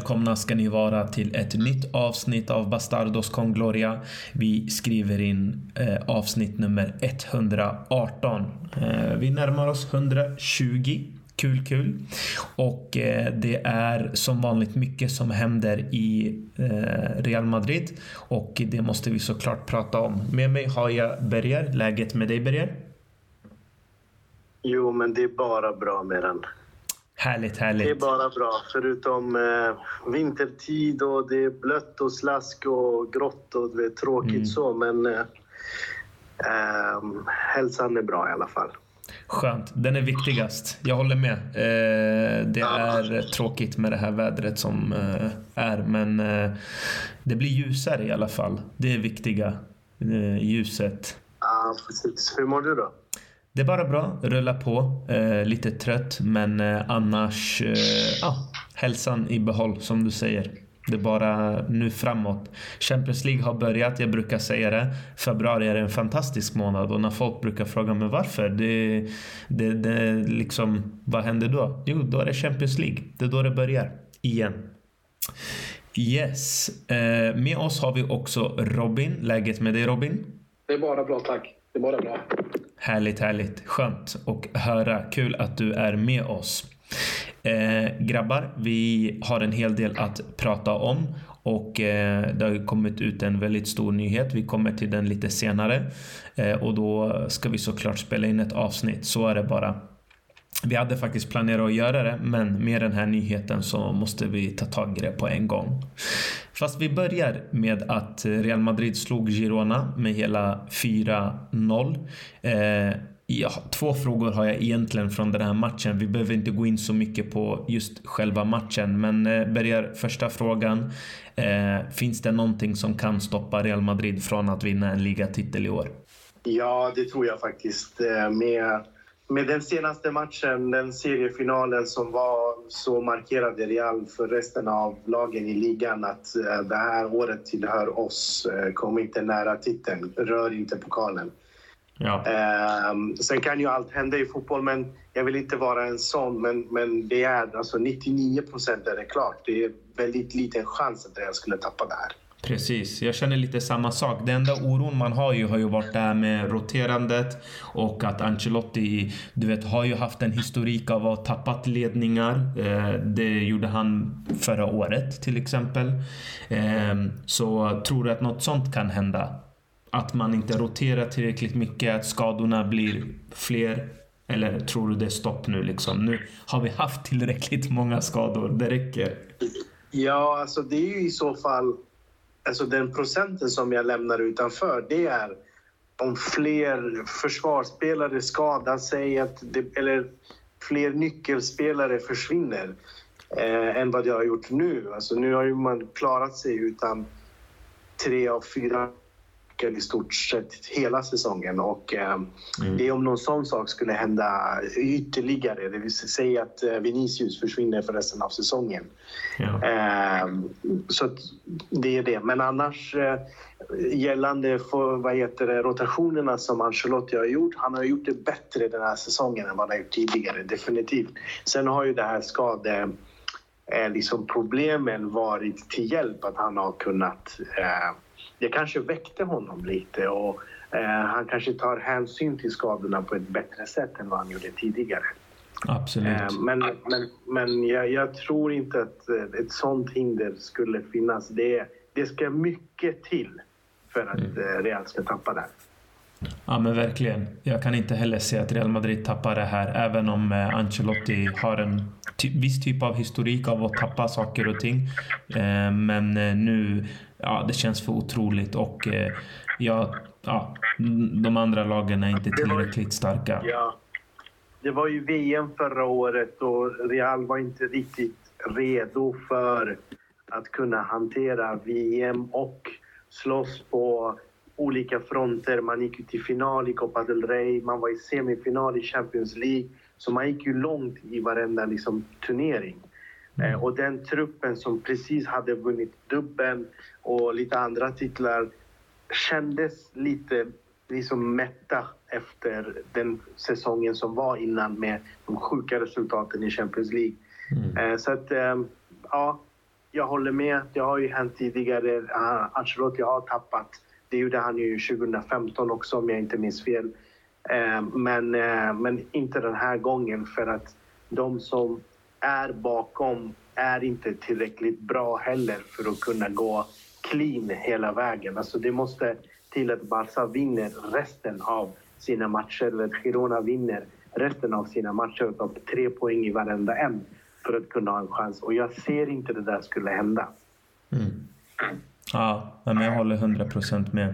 välkomna ska ni vara till ett nytt avsnitt av Bastardos con Gloria. Vi skriver in avsnitt nummer 118. Vi närmar oss 120. Kul. Och det är som vanligt mycket som händer i Real Madrid. Och det måste vi såklart prata om. Med mig har jag Berger. Läget med dig, Berger? Jo, men det är bara bra med den. Härligt. Det är bara bra, förutom vintertid och det är blött och slask och grått och det är tråkigt så, men hälsan är bra i alla fall. Skönt, den är viktigast. Jag håller med. Det är tråkigt med det här vädret som är, men det blir ljusare i alla fall. Det är viktiga, ljuset. Ja, precis. Hur mår du då? Det är bara bra, rulla på, lite trött, men annars hälsan i behåll som du säger. Det är bara nu framåt. Champions League har börjat, jag brukar säga det. Februari är en fantastisk månad och när folk brukar fråga mig varför, det liksom, vad händer då? Jo, då är det Champions League. Det är då det börjar igen. Yes. Med oss har vi också Robin. Läget med dig, Robin? Det är bara bra, tack. Det är bara bra. Härligt. Skönt att höra. Kul att du är med oss. Grabbar, vi har en hel del att prata om. Och det har kommit ut en väldigt stor nyhet. Vi kommer till den lite senare. Och då ska vi såklart spela in ett avsnitt. Så är det bara. Vi hade faktiskt planerat att göra det, men med den här nyheten så måste vi ta tag i det på en gång. Fast vi börjar med att Real Madrid slog Girona med hela 4-0. Två frågor har jag egentligen från den här matchen. Vi behöver inte gå in så mycket på just själva matchen, men börjar första frågan. Finns det någonting som kan stoppa Real Madrid från att vinna en ligatitel i år? Ja, det tror jag faktiskt. Med den senaste matchen, den seriefinalen som var så markerade Real för resten av lagen i ligan att det här året tillhör oss. Kom inte nära titeln, rör inte pokalen. Ja. Sen kan ju allt hända i fotboll, men jag vill inte vara en sån, men det är alltså 99% är det klart. Det är väldigt liten chans att jag skulle tappa det här. Precis, jag känner lite samma sak. Den enda oron man har ju varit där med roterandet och att Ancelotti, du vet, har ju haft en historik av att ha tappat ledningar. Det gjorde han förra året till exempel. Så tror du att något sånt kan hända? Att man inte roterar tillräckligt mycket, att skadorna blir fler? Eller tror du det är stopp nu liksom? Nu har vi haft tillräckligt många skador, det räcker. Ja, alltså det är ju i så fall... Alltså den procenten som jag lämnar utanför, det är om fler försvarsspelare skadar sig eller fler nyckelspelare försvinner än vad det har gjort nu. Alltså nu har ju man klarat sig utan 3 av 4 i stort sett hela säsongen, och det är om någon sån sak skulle hända ytterligare, det vill säga att Vinicius försvinner för resten av säsongen. Ja. Så det är det, men annars gällande för rotationerna som Ancelotti har gjort, han har gjort det bättre den här säsongen än vad han har gjort tidigare, definitivt. Sen har ju det här liksom problemen varit till hjälp, att han har kunnat det kanske väckte honom lite, och han kanske tar hänsyn till skadorna på ett bättre sätt än vad han gjorde tidigare. Absolut. Men jag tror inte att ett sånt hinder skulle finnas. Det ska mycket till för att Real ska tappa det. Ja, men verkligen. Jag kan inte heller se att Real Madrid tappar det här, även om Ancelotti har en viss typ av historik av att tappa saker och ting. Men nu, det känns för otroligt, och de andra lagen är inte tillräckligt starka. Ja. Det var ju VM förra året och Real var inte riktigt redo för att kunna hantera VM och slåss på olika fronter. Man gick ju till final i Copa del Rey, man var i semifinal i Champions League. Så man gick ju långt i varenda turnering. Och den truppen som precis hade vunnit dubbeln och lite andra titlar kändes lite mätta efter den säsongen som var innan med de sjuka resultaten i Champions League. Så att jag håller med. Det har ju hänt tidigare. Ancelotti har tappat. Det gjorde han ju 2015 också om jag inte minns fel. Men inte den här gången, för att de som är bakom är inte tillräckligt bra heller för att kunna gå clean hela vägen. Alltså det måste till att Barca vinner resten av sina matcher, eller att Girona vinner resten av sina matcher och tar 3 poäng i varenda en för att kunna ha en chans. Och jag ser inte det där skulle hända. Ja, men jag håller 100% med.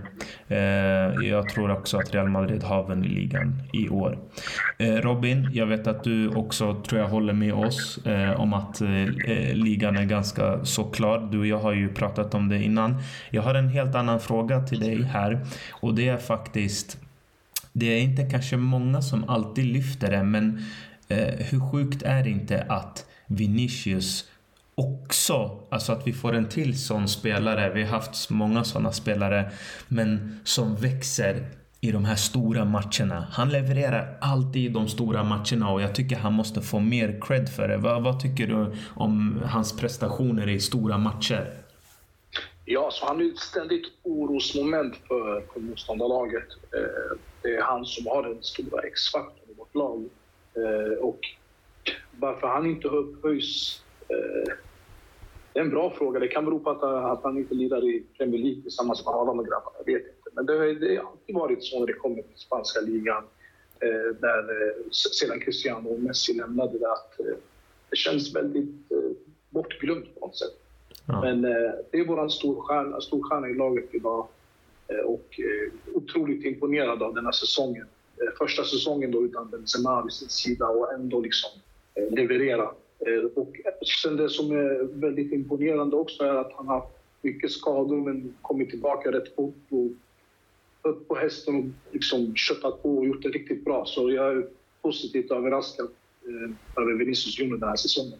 Jag tror också att Real Madrid har vunnit ligan i år. Robin, jag vet att du också tror jag håller med oss om att ligan är ganska så klar. Du och jag har ju pratat om det innan. Jag har en helt annan fråga till dig här. Och det är faktiskt, det är inte kanske många som alltid lyfter det, men hur sjukt är det inte att Vinicius också, alltså att vi får en till sån spelare, vi har haft många såna spelare, men som växer i de här stora matcherna. Han levererar alltid i de stora matcherna och jag tycker han måste få mer cred för det. Vad tycker du om hans prestationer i stora matcher? Ja, så han är ett ständigt orosmoment för motståndarlaget. Det är han som har den stora X-faktorn i vårt lag. Och varför han inte upphöjs, det är en bra fråga. Det kan bero på att han inte lirar i Premier League tillsammans med alla de grabbarna, jag vet inte. Men det har alltid varit så när det kommer till spanska ligan, där sedan Cristiano och Messi lämnade det, att det känns väldigt bortglömt på något sätt. Ja. Men det är våran storstjärna i laget idag, och otroligt imponerad av den här säsongen. Första säsongen då utan Benzema vid sin sida och ändå liksom leverera. Och sen det som är väldigt imponerande också är att han har mycket skador men kommit tillbaka rätt fort och upp på hästen och liksom köttat på och gjort det riktigt bra. Så jag är positivt överraskad över Vinicius Junior den här säsongen.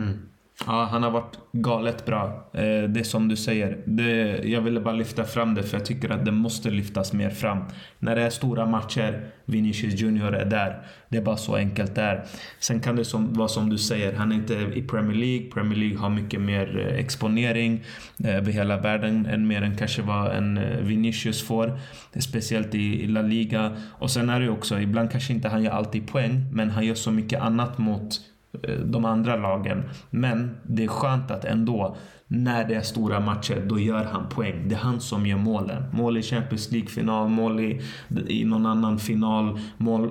Ja, han har varit galet bra. Det är som du säger. Jag ville bara lyfta fram det, för jag tycker att det måste lyftas mer fram. När det är stora matcher, Vinicius Junior är där. Det är bara så enkelt där. Sen kan det vara som du säger, han är inte i Premier League. Premier League har mycket mer exponering över hela världen än mer än kanske vad en Vinicius får. Speciellt i La Liga. Och sen är det också, ibland kanske inte han gör alltid poäng, men han gör så mycket annat mot de andra lagen. Men det är skönt att ändå när det är stora matcher, då gör han poäng. Det är han som gör målen. Mål i Champions League-final, mål i någon annan final, mål,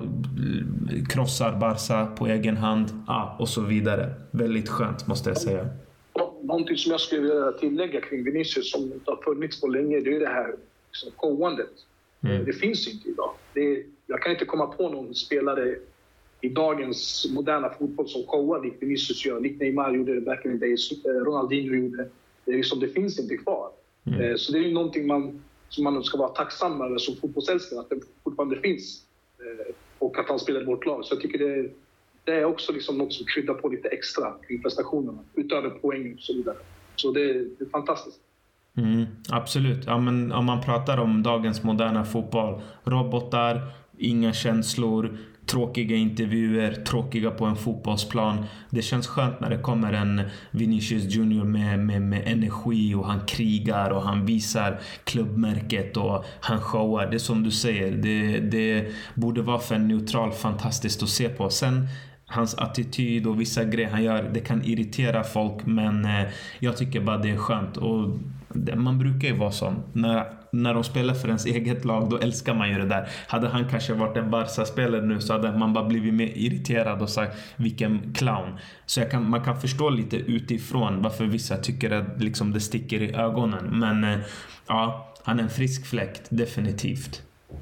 krossar Barca på egen hand, och så vidare. Väldigt skönt, måste jag säga. Någonting som jag skulle vilja tillägga kring Vinicius som inte har funnits på länge, det är det här liksom, showwandet. Det finns inte idag. Jag kan inte komma på någon spelare i dagens moderna fotboll som showar likt Vinicius gör, likt Neymar gjorde det back in the days, Ronaldinho gjorde. Det finns inte kvar. Så det är ju någonting som man ska vara tacksam över som fotbollsälskare, att det fortfarande finns, och att han spelar i vårt lag. Så jag tycker det är också liksom något som kryddar på lite extra kring prestationerna, utöver poäng och så vidare. Så det är fantastiskt. Absolut. Ja, men om man pratar om dagens moderna fotboll, robotar, inga känslor, tråkiga intervjuer, tråkiga på en fotbollsplan. Det känns skönt när det kommer en Vinicius Junior med energi, och han krigar och han visar klubbmärket och han showar. Det är som du säger, det borde vara för en neutral fantastiskt att se på. Sen hans attityd och vissa grejer han gör, det kan irritera folk, men jag tycker bara det är skönt. Och man brukar ju vara sån. När de spelar för ens eget lag, då älskar man ju det där. Hade han kanske varit en Barca-spelare nu, så hade man bara blivit mer irriterad och sagt vilken clown. Så man kan förstå lite utifrån varför vissa tycker att liksom det sticker i ögonen. Men ja, han är en frisk fläkt, definitivt.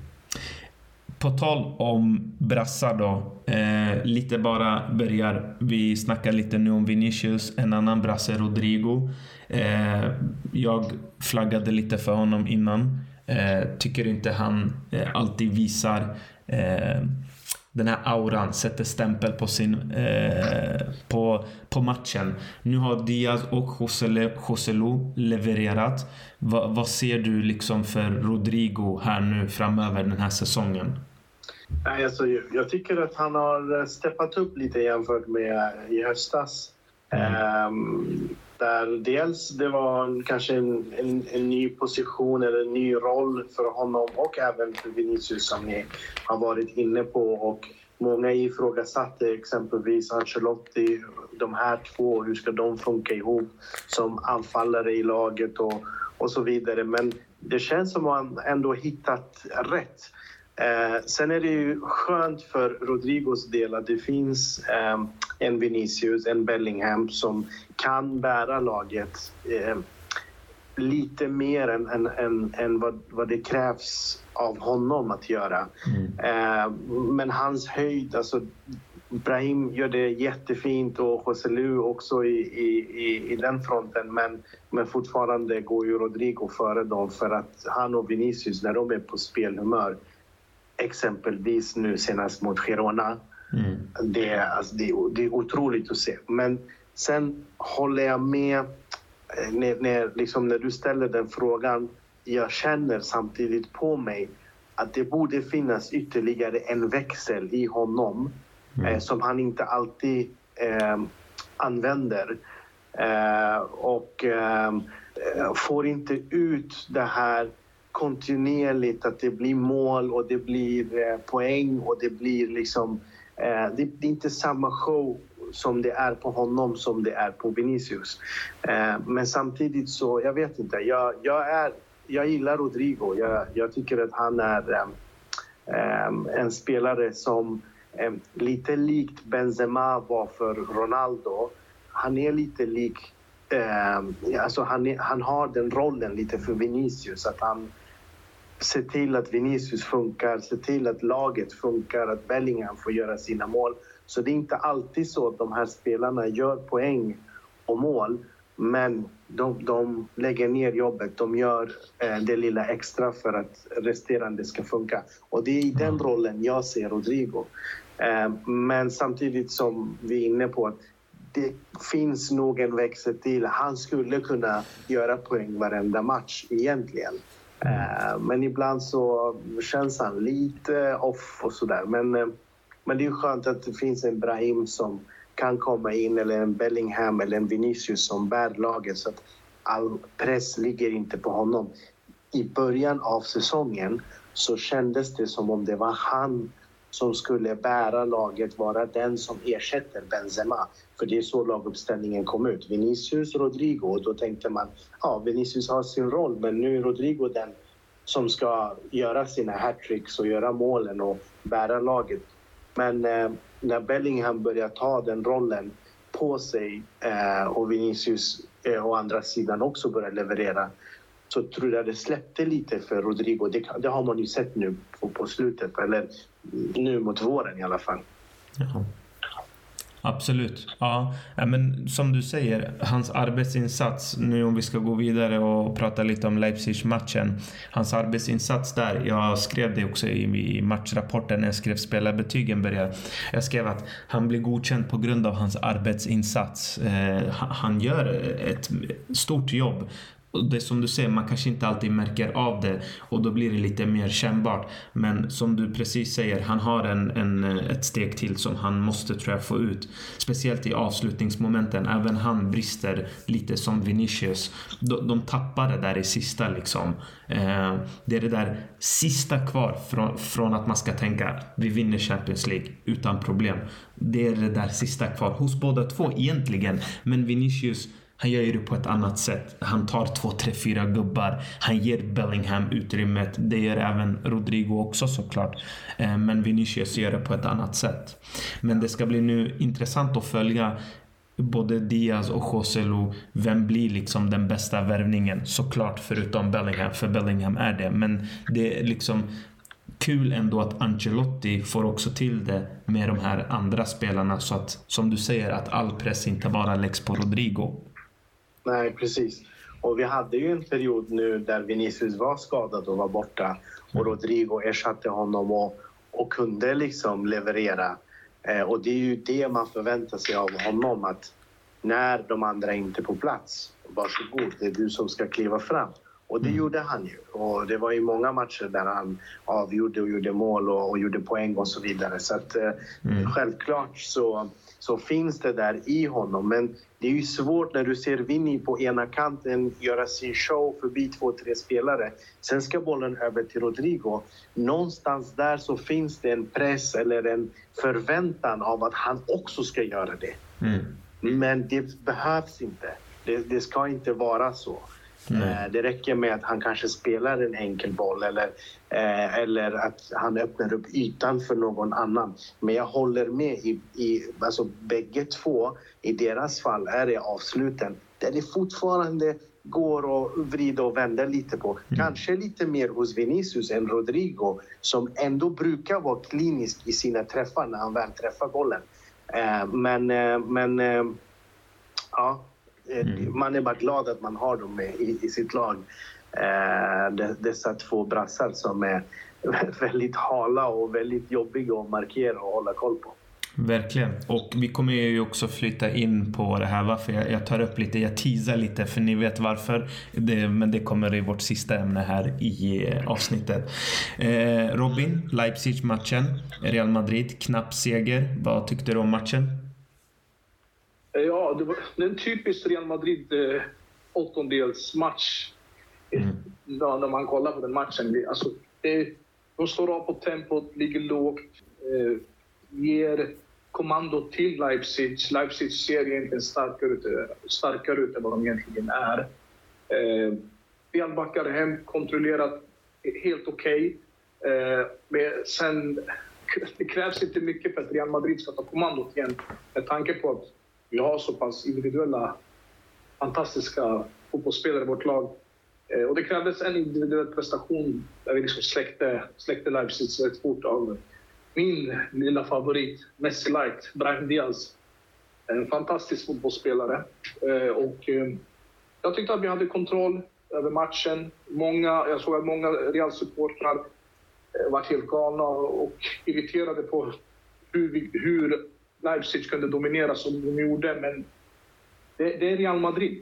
På tal om brassar då, lite bara börjar vi snacka lite nu om Vinicius. En annan brasse, Rodrigo. Jag flaggade lite för honom innan. Tycker inte han alltid visar den här auran, sätter stämpel på på matchen. Nu har Diaz och Joselu levererat. Vad ser du liksom för Rodrigo här nu framöver den här säsongen? Alltså, jag tycker att han har steppat upp lite jämfört med i höstas. Där dels det var kanske en ny position eller en ny roll för honom och även för Vinicius som ni har varit inne på. Och många ifrågasatte exempelvis Ancelotti, de här två, hur ska de funka ihop som anfallare i laget och så vidare. Men det känns som att han ändå hittat rätt. Sen är det ju skönt för Rodrigos del att det finns en Vinicius, en Bellingham som kan bära laget lite mer än vad det krävs av honom att göra. Men hans höjd, alltså Brahim gör det jättefint och Joselu också i den fronten, men fortfarande går ju Rodrigo före dem för att han och Vinicius, när de är på spelhumör, exempelvis nu senast mot Girona, det är otroligt att se. Men sen håller jag med när du ställer den frågan. Jag känner samtidigt på mig att det borde finnas ytterligare en växel i honom som han inte alltid använder. Och får inte ut det här kontinuerligt, att det blir mål och det blir poäng och det blir liksom det är inte samma show som det är på honom som det är på Vinicius. Men samtidigt så, jag vet inte, jag gillar Rodrigo. Jag tycker att han är en spelare som lite likt Benzema var för Ronaldo. Han är lite lik, alltså han har den rollen lite för Vinicius, att han ser till att Vinicius funkar, ser till att laget funkar, att Bellingham får göra sina mål. Så det är inte alltid så att de här spelarna gör poäng och mål, men de lägger ner jobbet, de gör det lilla extra för att resterande ska funka. Och det är i den rollen jag ser Rodrigo. Men samtidigt som vi är inne på att det finns nog en växel till. Han skulle kunna göra poäng varenda match egentligen. Men ibland så känns han lite off och sådär. Men det är skönt att det finns en Brahim som kan komma in, eller en Bellingham eller en Vinicius som bär laget, så att all press ligger inte på honom. I början av säsongen så kändes det som om det var han som skulle bära laget, vara den som ersätter Benzema. För det är så laguppställningen kom ut. Vinicius, Rodrigo. Och då tänkte man, ja, Vinicius har sin roll, men nu är Rodrigo den som ska göra sina hattricks och göra målen och bära laget. Men när Bellingham börjar ta den rollen på sig och Vinicius å andra sidan också börjar leverera, så tror jag det släppte lite för Rodrigo. Det har man ju sett nu på slutet, eller nu mot våren i alla fall. Jaha. Absolut. Ja, men som du säger, hans arbetsinsats, nu om vi ska gå vidare och prata lite om Leipzig-matchen, hans arbetsinsats där, jag skrev det också i matchrapporten när jag skrev spelarbetygen jag skrev att han blir godkänd på grund av hans arbetsinsats. Han gör ett stort jobb. Och det som du säger, man kanske inte alltid märker av det och då blir det lite mer kännbart. Men som du precis säger, han har ett steg till som han måste, tror jag, få ut. Speciellt i avslutningsmomenten. Även han brister lite som Vinicius. De tappar det där i sista liksom. Det är det där sista kvar från att man ska tänka vi vinner Champions League utan problem. Det är det där sista kvar hos båda två egentligen. Men Vinicius, han gör det på ett annat sätt. Han tar 2, 3, 4 gubbar. Han ger Bellingham utrymmet. Det gör även Rodrigo också såklart. Men Vinicius gör det på ett annat sätt. Men det ska bli nu intressant att följa både Diaz och Joselu. Vem blir liksom den bästa värvningen? Såklart förutom Bellingham. För Bellingham är det. Men det är liksom kul ändå att Ancelotti får också till det med de här andra spelarna. Så att, som du säger, att all press inte bara läggs på Rodrigo. Nej, precis. Och vi hade ju en period nu där Vinicius var skadad och var borta. Och Rodrigo ersatte honom och kunde liksom leverera. Och det är ju det man förväntar sig av honom. Att när de andra inte är på plats, varsågod, det är du som ska kliva fram. Och det gjorde han ju. Och det var ju många matcher där han avgjorde och gjorde mål och gjorde poäng och så vidare. Så att självklart så finns det där i honom. Men det är ju svårt när du ser Vinny på ena kanten göra sin show förbi 2-3 spelare. Sen ska bollen över till Rodrigo. Någonstans där så finns det en press eller en förväntan av att han också ska göra det. Men det behövs inte. Det ska inte vara så. Det räcker med att han kanske spelar en enkel boll eller att han öppnar upp ytan för någon annan. Men jag håller med alltså bägge två. I deras fall är det avsluten där det fortfarande går att vrida och vända lite på. Kanske lite mer hos Vinicius än Rodrigo som ändå brukar vara klinisk i sina träffar när han väl träffar bollen. Men ja, man är bara glad att man har dem med i sitt lag. Dessa två brassar som är väldigt hala och väldigt jobbiga att markera och hålla koll på. Verkligen. Och vi kommer ju också flytta in på det här. Varför jag tar upp lite, jag teasar lite för ni vet varför. Men det kommer i vårt sista ämne här i avsnittet. Robin, Leipzig-matchen, Real Madrid, knapp seger. Vad tyckte du om matchen? Ja, det var en typisk Real Madrid åttondelsmatch. När man kollar på den matchen. Alltså, de står av på tempot, ligger lågt, ger kommando till Leipzig. Leipzig ser egentligen starkare ut än vad de egentligen är. Real backar hem, kontrollerat helt okej. Men sen det krävs inte mycket för att Real Madrid ska ta kommandot igen. Med tanke på att vi har så pass individuella, fantastiska fotbollsspelare i vårt lag. Och det krävdes en individuell prestation där vi liksom släckte Leipzig rätt fort av min lilla favorit, Messi Light, Brahim Diaz. En fantastisk fotbollsspelare. Och jag tyckte att vi hade kontroll över matchen. Jag såg att många Real-supportrar var helt galna och irriterade på hur Leipzig kunde dominera som de gjorde. Men det är Real Madrid.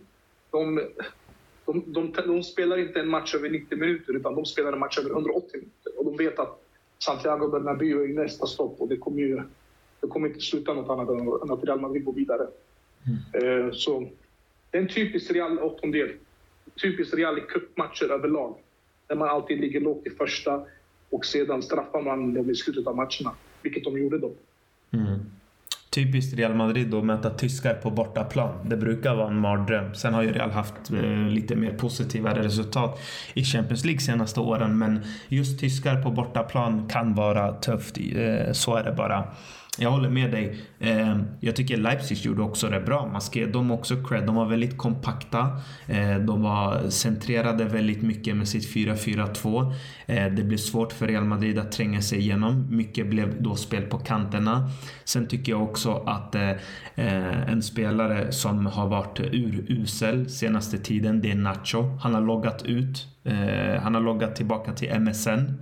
De spelar inte en match över 90 minuter utan de spelar en match över 180 minuter. Och de vet att Santiago Bernabéu är nästa stopp och det kommer inte sluta något annat än att Real Madrid går vidare. Så det är en typisk Real åttondel. Typiskt Real i cupmatcher överlag. Där man alltid ligger lågt i första och sedan straffar man dem i slutet av matcherna. Vilket de gjorde då. Typiskt Real Madrid då, möta tyskar på bortaplan. Det brukar vara en mardröm. Sen har ju Real haft lite mer positiva resultat i Champions League senaste åren. Men just tyskar på bortaplan kan vara tufft. Så är det bara. Jag håller med dig. Jag tycker Leipzig gjorde också det bra. Man ska ge dem också cred. De var väldigt kompakta. De var centrerade väldigt mycket med sitt 4-4-2. Det blev svårt för Real Madrid att tränga sig igenom. Mycket blev då spel på kanterna. Sen tycker jag också att en spelare som har varit urusel senaste tiden, det är Nacho. Han har loggat ut. Han har loggat tillbaka till MSN.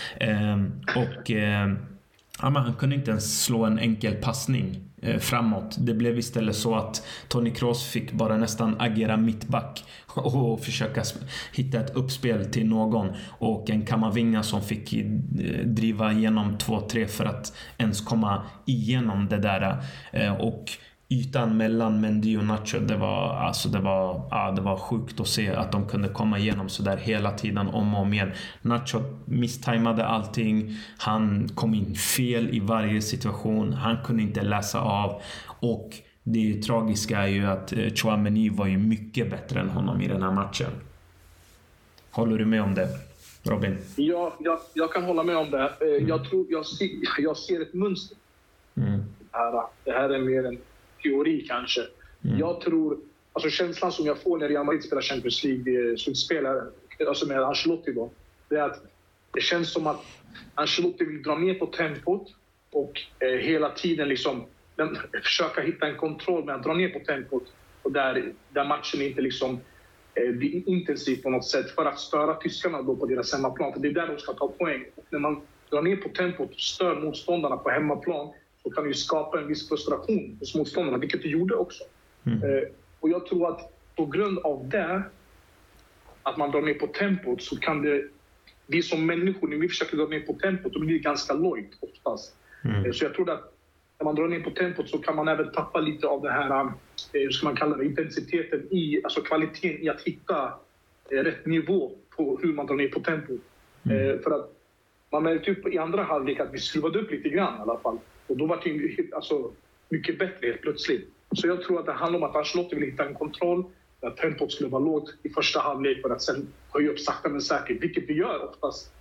Ja, men han kunde inte ens slå en enkel passning framåt. Det blev istället så att Toni Kroos fick bara nästan agera mittback och försöka hitta ett uppspel till någon. Och en Camavinga som fick driva igenom 2-3 för att ens komma igenom det där. Och ytan mellan Mendy och Nacho, det var sjukt att se att de kunde komma igenom så där hela tiden om och om igen. Nacho misstajmade allting, han kom in fel i varje situation, han kunde inte läsa av, och det tragiska är ju att Tchouaméni var ju mycket bättre än honom i den här matchen. Håller du med om det, Robin? Ja, jag kan hålla med om det. Jag ser ett mönster. Det här är mer en teori kanske. Jag tror, alltså känslan som jag får när Real Madrid spelar Champions League slutspelare, alltså med Ancelotti då, det är att det känns som att Ancelotti vill dra ner på tempot och hela tiden liksom försöka hitta en kontroll med att dra ner på tempot, och där matchen inte liksom blir intensiv på något sätt för att störa tyskarna då på deras hemmaplan, för det är där de ska ta poäng. Och när man drar ner på tempot och stör motståndarna på hemmaplan, så kan ju skapa en viss frustration hos motståndarna, vilket det gjorde också. Och jag tror att på grund av det, att man drar ner på tempot, så kan vi som människor, när vi försöker dra ner på tempot, då blir det ganska lojt oftast. Så jag tror att när man drar ner på tempot så kan man även tappa lite av det här, hur ska man kalla det, intensiteten i, alltså kvaliteten i att hitta rätt nivå på hur man drar ner på tempot. För att man märkte upp i andra halvlek att vi skruvade upp lite grann i alla fall. Och då var det alltså mycket bättre helt plötsligt. Så jag tror att det handlar om att Ancelotti vill hitta en kontroll. Att tempot skulle vara lågt i första halvlek för att sen höja upp sakta men säkert. Vilket vi gör oftast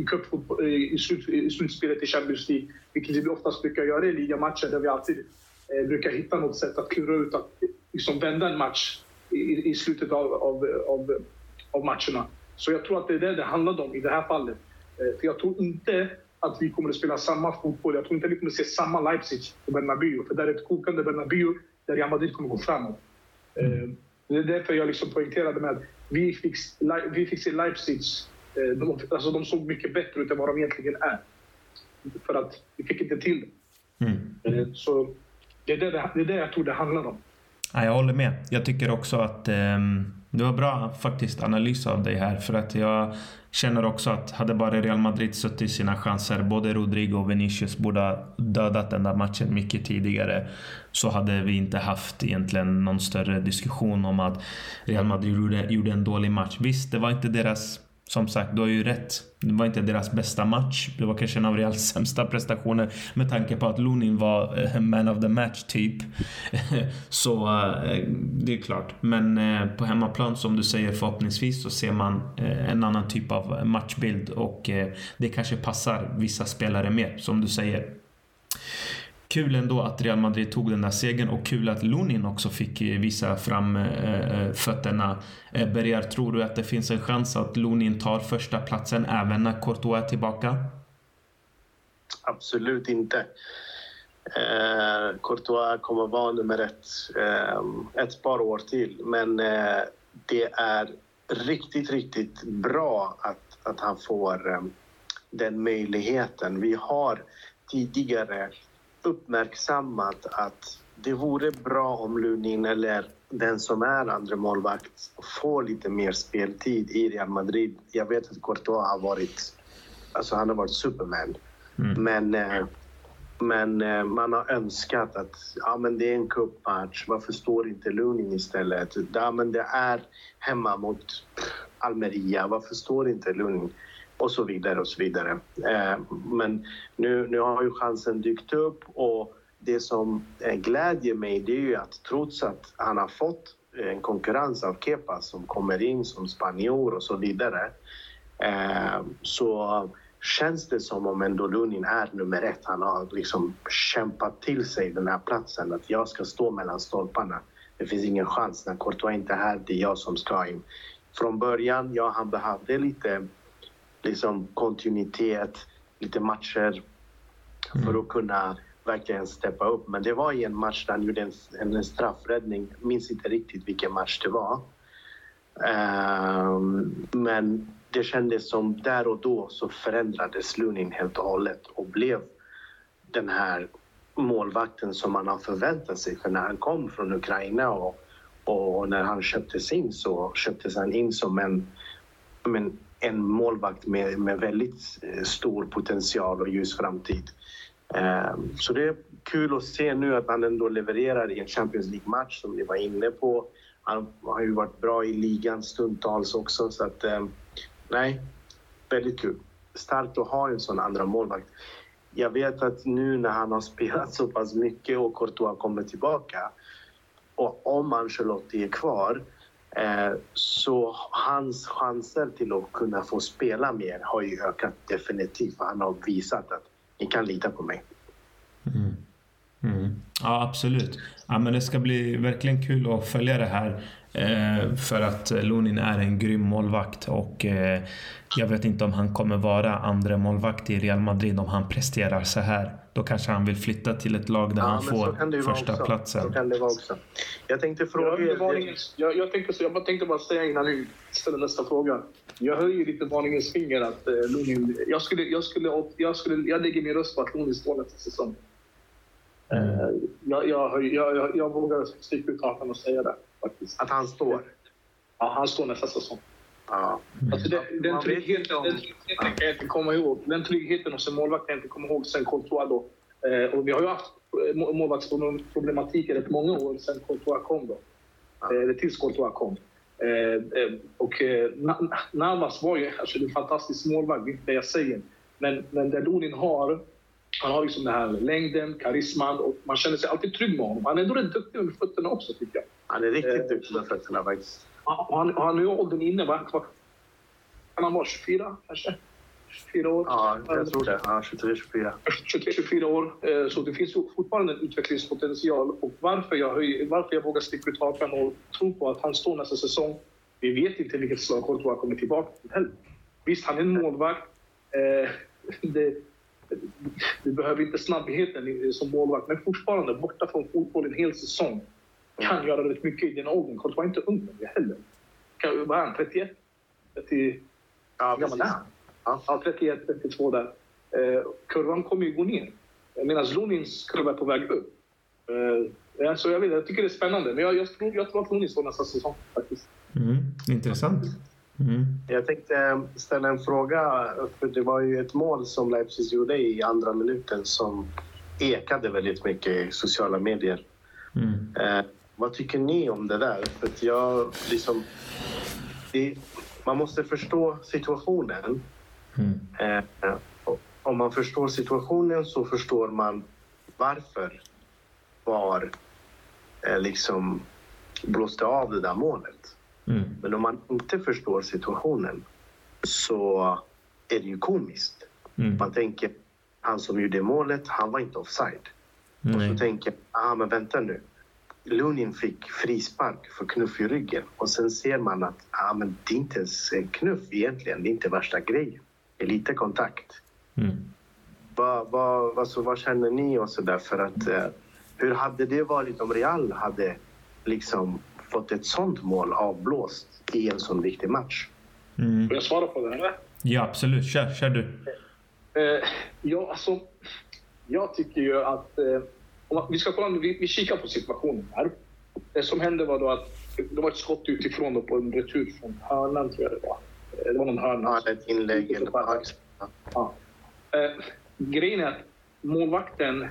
i slutspelet i Champions League. Vilket vi oftast brukar göra i ligamatcher där vi alltid brukar hitta något sätt att klura ut att liksom vända en match i slutet av matcherna. Så jag tror att det är det handlar om i det här fallet. För jag tror inte att vi kommer att spela samma fotboll. Jag tror inte att vi kommer att se samma Leipzig på Bernabéu. För där är ett kokande Bernabéu där Real Madrid kommer att gå framåt. Det är därför jag liksom poängterade med att vi fick se Leipzig. De såg mycket bättre ut än vad de egentligen är. För att vi fick inte till det. Så det är det jag tror det handlar om. Ja, jag håller med. Jag tycker också att det var bra faktiskt analys av dig här. För att jag känner också att hade bara Real Madrid suttit i sina chanser, både Rodrigo och Vinicius borde ha dödat den där matchen mycket tidigare, så hade vi inte haft egentligen någon större diskussion om att Real Madrid gjorde en dålig match. Visst, det var inte deras, som sagt, du har ju rätt. Det var inte deras bästa match. Det var kanske en av Reals sämsta prestationer med tanke på att Lunin var man of the match typ. Så det är klart. Men på hemmaplan, som du säger, förhoppningsvis så ser man en annan typ av matchbild och det kanske passar vissa spelare mer, som du säger. Kul ändå att Real Madrid tog den där segern och kul att Lunin också fick visa fram fötterna. Berger, tror du att det finns en chans att Lunin tar första platsen även när Courtois är tillbaka? Absolut inte. Courtois kommer vara nummer ett par år till. Men det är riktigt bra att han får den möjligheten. Vi har tidigare uppmärksammat att det vore bra om Lunin eller den som är andra målvakt får lite mer speltid i Real Madrid. Jag vet att Courtois har varit, alltså han har varit Superman. Men man har önskat att men det är en cupmatch, varför står inte Lunin istället? Men det är hemma mot Almeria, varför står inte Lunin? Och så vidare och så vidare. Men nu har ju chansen dykt upp och det som glädjer mig, det är ju att trots att han har fått en konkurrens av Kepa som kommer in som spanjor och så vidare, så känns det som om ändå Lunin är nummer ett. Han har liksom kämpat till sig den här platsen, att jag ska stå mellan stolparna. Det finns ingen chans när Courtois inte är här, det är jag som ska in. Från början, han behövde lite liksom kontinuitet, lite matcher för att kunna verkligen steppa upp. Men det var i en match där han gjorde en straffräddning. Minns inte riktigt vilken match det var. Men det kändes som där och då så förändrades Lunin helt och hållet och blev den här målvakten som man har förväntat sig. För när han kom från Ukraina och när han köptes han in som en målvakt med väldigt stor potential och ljus framtid. Så det är kul att se nu att han ändå levererar i en Champions League-match som ni var inne på. Han har ju varit bra i ligan stundtals också. Så att, väldigt kul. Starkt att ha en sån andra målvakt. Jag vet att nu när han har spelat så pass mycket och Courtois kommer tillbaka, och om Ancelotti är kvar, så hans chanser till att kunna få spela mer har ju ökat definitivt. Han har visat att ni kan lita på mig. Ja, absolut. Ja, men det ska bli verkligen kul att följa det här, för att Lunin är en grym målvakt och jag vet inte om han kommer vara andra målvakt i Real Madrid om han presterar så här. Då kanske han vill flytta till ett lag där han får första platsen. Så kan det vara också. Jag tänkte fråga jag tänkte bara säga innan vi ställer nästa fråga. Jag hör ju lite varningens finger att Lunin, jag lägger min röst på att Lunin står nästa säsong. Jag vågar sticka ut hakan och säga det faktiskt. Att han står? Ja, han står nästa säsong. Ja. Alltså den tryggheten kan jag inte komma ihåg. Den tryggheten hos en målvakt kan jag inte komma ihåg sen Courtois då Och vi har ju haft målvaktsproblematik i rätt många år sedan Courtois kom då. Eller tills Courtois kom. Navas var ju alltså en fantastisk målvakt, det är inte det jag säger. Men det Lunin har, han har liksom den här längden, karisman och man känner sig alltid trygg med honom. Han är ändå rätt duktig med fötterna också tycker jag. Han är riktigt duktig med fötterna faktiskt. Han har ju åldern inne, kan han vara 24 kanske? 24 år? Ja, jag tror det. Ja, 23-24. 23-24 år. Så det finns fortfarande en utvecklingspotential. Och varför jag vågar sticka ut hakan och tro på att han står nästa säsong. Vi vet inte vilket slag Courtois kommer tillbaka till heller. Visst, han är en målvakt. Det behöver inte snabbheten som målvakt. Men fortfarande borta från fotboll en hel säsong. Kan göra rätt mycket i den åldern. Courtois är inte ung heller. Vad är han? 31? 30... Ja, gammal är han? Ja, 31, 32 där. Kurvan kommer ju gå ner. Medan Lunins kurva är på väg upp. Så jag tycker det är spännande. Men jag tror att Lunin står nästa säsong faktiskt. Intressant. Jag tänkte ställa en fråga. För det var ju ett mål som Leipzig gjorde i andra minuten som ekade väldigt mycket i sociala medier. Vad tycker ni om det där? För att man måste förstå situationen. Om man förstår situationen så förstår man varför VAR blåste av det där målet. Men om man inte förstår situationen så är det ju komiskt. Man tänker, han som gjorde målet, han var inte offside. Och så tänker men vänta nu. Lunin fick frispark för knuff i ryggen. Och sen ser man att men det är inte ens en knuff egentligen. Det är inte värsta grejen. Det är lite kontakt. Vad känner ni och så där? För att hur hade det varit om Real hade fått ett sånt mål avblåst i en sån viktig match? Får jag svara på det eller? Ja, absolut. Kör du. Jag tycker ju att vi ska kolla, vi kikar på situationen här. Det som hände var då att det var ett skott utifrån då på en retur från hörnan tror jag det var. Det var någon hörna. Ja, ett inlägg. Grejen är att målvakten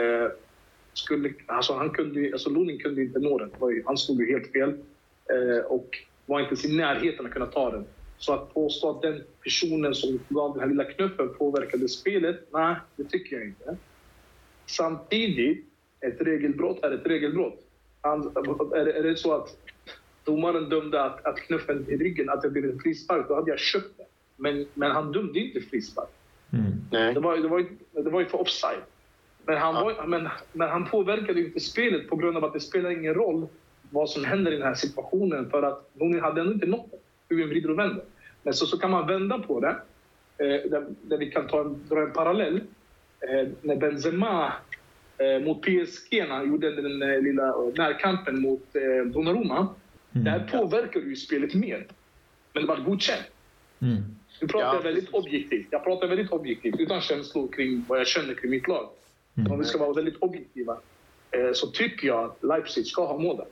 Lunin kunde inte nå den. Han stod ju helt fel och var inte i närheten att kunna ta den. Så att påstå att den personen som gav den här lilla knuffen påverkade spelet, nej, det tycker jag inte. Samtidigt, ett regelbrott är ett regelbrott. Är det så att domaren dömde att knuffen i ryggen, att det blev en frispark, då hade jag köpt det. Men han dömde inte frispark. Det var ju för offside. Men han påverkade ju inte spelet på grund av att det spelar ingen roll vad som händer i den här situationen. För att någon hade ändå inte nått hur vi vrider och vänder. Men så kan man vända på det. Där vi kan dra en parallell. När Benzema mot PSG gjorde den lilla närkampen mot Donnarumma. Där påverkar ju spelet mer. Men det var godkänt. Nu pratar jag väldigt objektivt. Jag pratar väldigt objektivt utan känslor kring vad jag känner kring mitt lag. Om vi ska vara väldigt objektiva så tycker jag att Leipzig ska ha mål.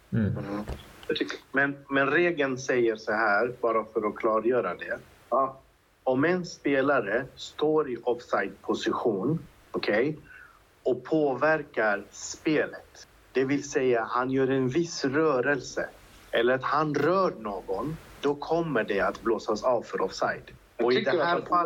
Men regeln säger så här, bara för att klargöra det. Om en spelare står i offside-position, och påverkar spelet. Det vill säga han gör en viss rörelse eller att han rör någon, då kommer det att blåsas av för offside. Och i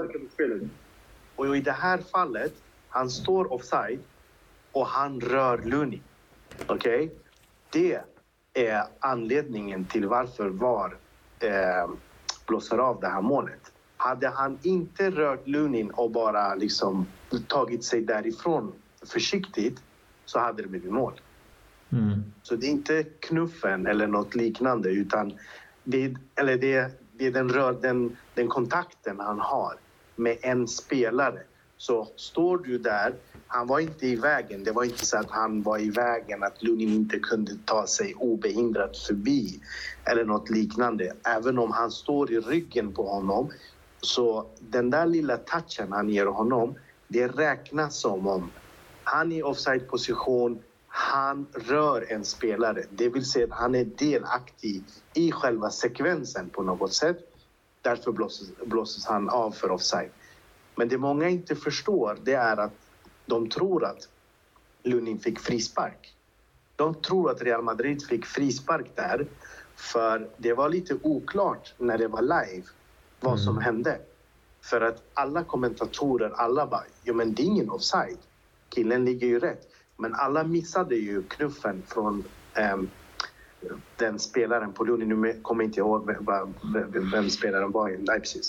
det här fallet, han står offside och han rör Lunin. Det är anledningen till varför VAR blåser av det här målet. Hade han inte rört Lunin och bara tagit sig därifrån försiktigt så hade det blivit mål. Så det är inte knuffen eller något liknande utan det är den kontakten han har med en spelare. Så står du där, han var inte i vägen. Det var inte så att han var i vägen, att Lunin inte kunde ta sig obehindrat förbi eller något liknande. Även om han står i ryggen på honom, så den där lilla touchen han ger honom, det räknas som om han är i offside-position, han rör en spelare. Det vill säga att han är delaktig i själva sekvensen på något sätt. Därför blåses han av för offside. Men det många inte förstår, det är att de tror att Lunin fick frispark. De tror att Real Madrid fick frispark där. För det var lite oklart när det var live vad som hände. För att alla kommentatorer, alla bara, jo men det är ingen offside. Killen ligger ju rätt. Men alla missade ju knuffen från den spelaren på Lunin. Nu kommer jag inte ihåg vem spelaren var i Leipzig.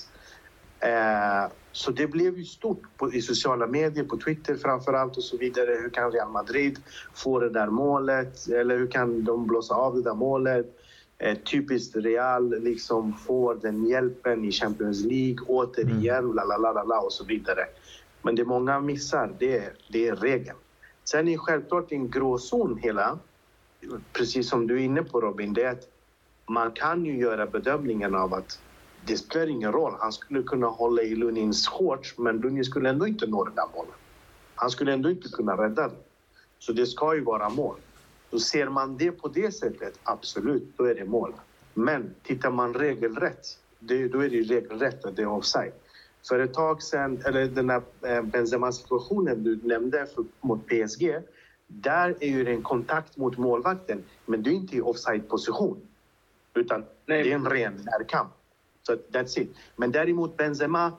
Så det blev ju stort i sociala medier, på Twitter framförallt och så vidare. Hur kan Real Madrid få det där målet? Eller hur kan de blåsa av det där målet? Typiskt Real liksom får den hjälpen i Champions League återigen, lalalala och så vidare. Men det många missar, det är regeln. Sen är självklart en gråzon hela, precis som du är inne på Robin, det är att man kan ju göra bedömningen av att det spelar ingen roll. Han skulle kunna hålla i Lunins shorts, men Lunin skulle ändå inte nå den där målen. Han skulle ändå inte kunna rädda den. Så det ska ju vara mål. Så ser man det på det sättet, absolut, då är det mål. Men tittar man regelrätt, då är det regelrätt att det är offside. För ett tag sedan, eller den här Benzema-situationen du nämnde mot PSG, där är ju det en kontakt mot målvakten, men det är inte i offside-position. Utan det är en ren närkamp. Så that's it. Men däremot Benzema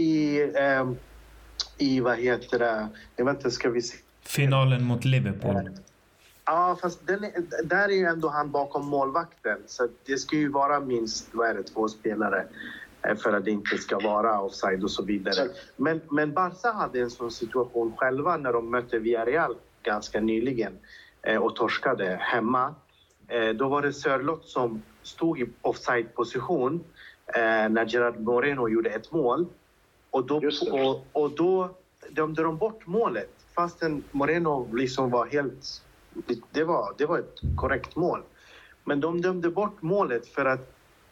i vad heter det? Jag vet inte, ska vi se. Finalen mot Liverpool. Ja, fast där är ju ändå han bakom målvakten. Så det ska ju vara minst 2 spelare för att det inte ska vara offside och så vidare. Men Barca hade en sån situation själva när de mötte Villarreal ganska nyligen och torskade hemma. Då var det Sörloth som stod i offside-position när Gerard Moreno gjorde ett mål. Och då dömde de bort målet. Fastän Moreno liksom var helt... Det var ett korrekt mål. Men de dömde bort målet för att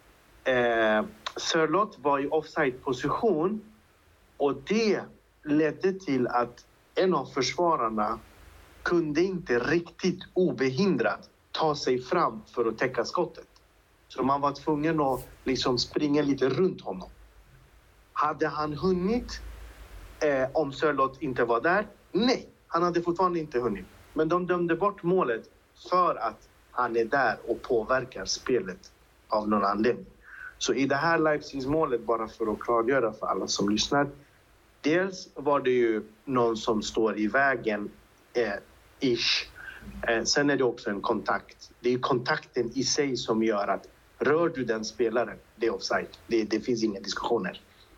Sörloth var i offside-position. Och det ledde till att en av försvararna kunde inte riktigt obehindrat ta sig fram för att täcka skottet. Så man var tvungen att liksom springa lite runt honom. Hade han hunnit om Sörloth inte var där? Nej, han hade fortfarande inte hunnit. Men de dömde bort målet för att han är där och påverkar spelet av någon anledning. Så i det här Leipzig-målet, bara för att klargöra för alla som lyssnar. Dels var det ju någon som står i vägen, ish. Sen är det också en kontakt. Det är kontakten i sig som gör att rör du den spelaren, det är offside. Det finns inga diskussioner.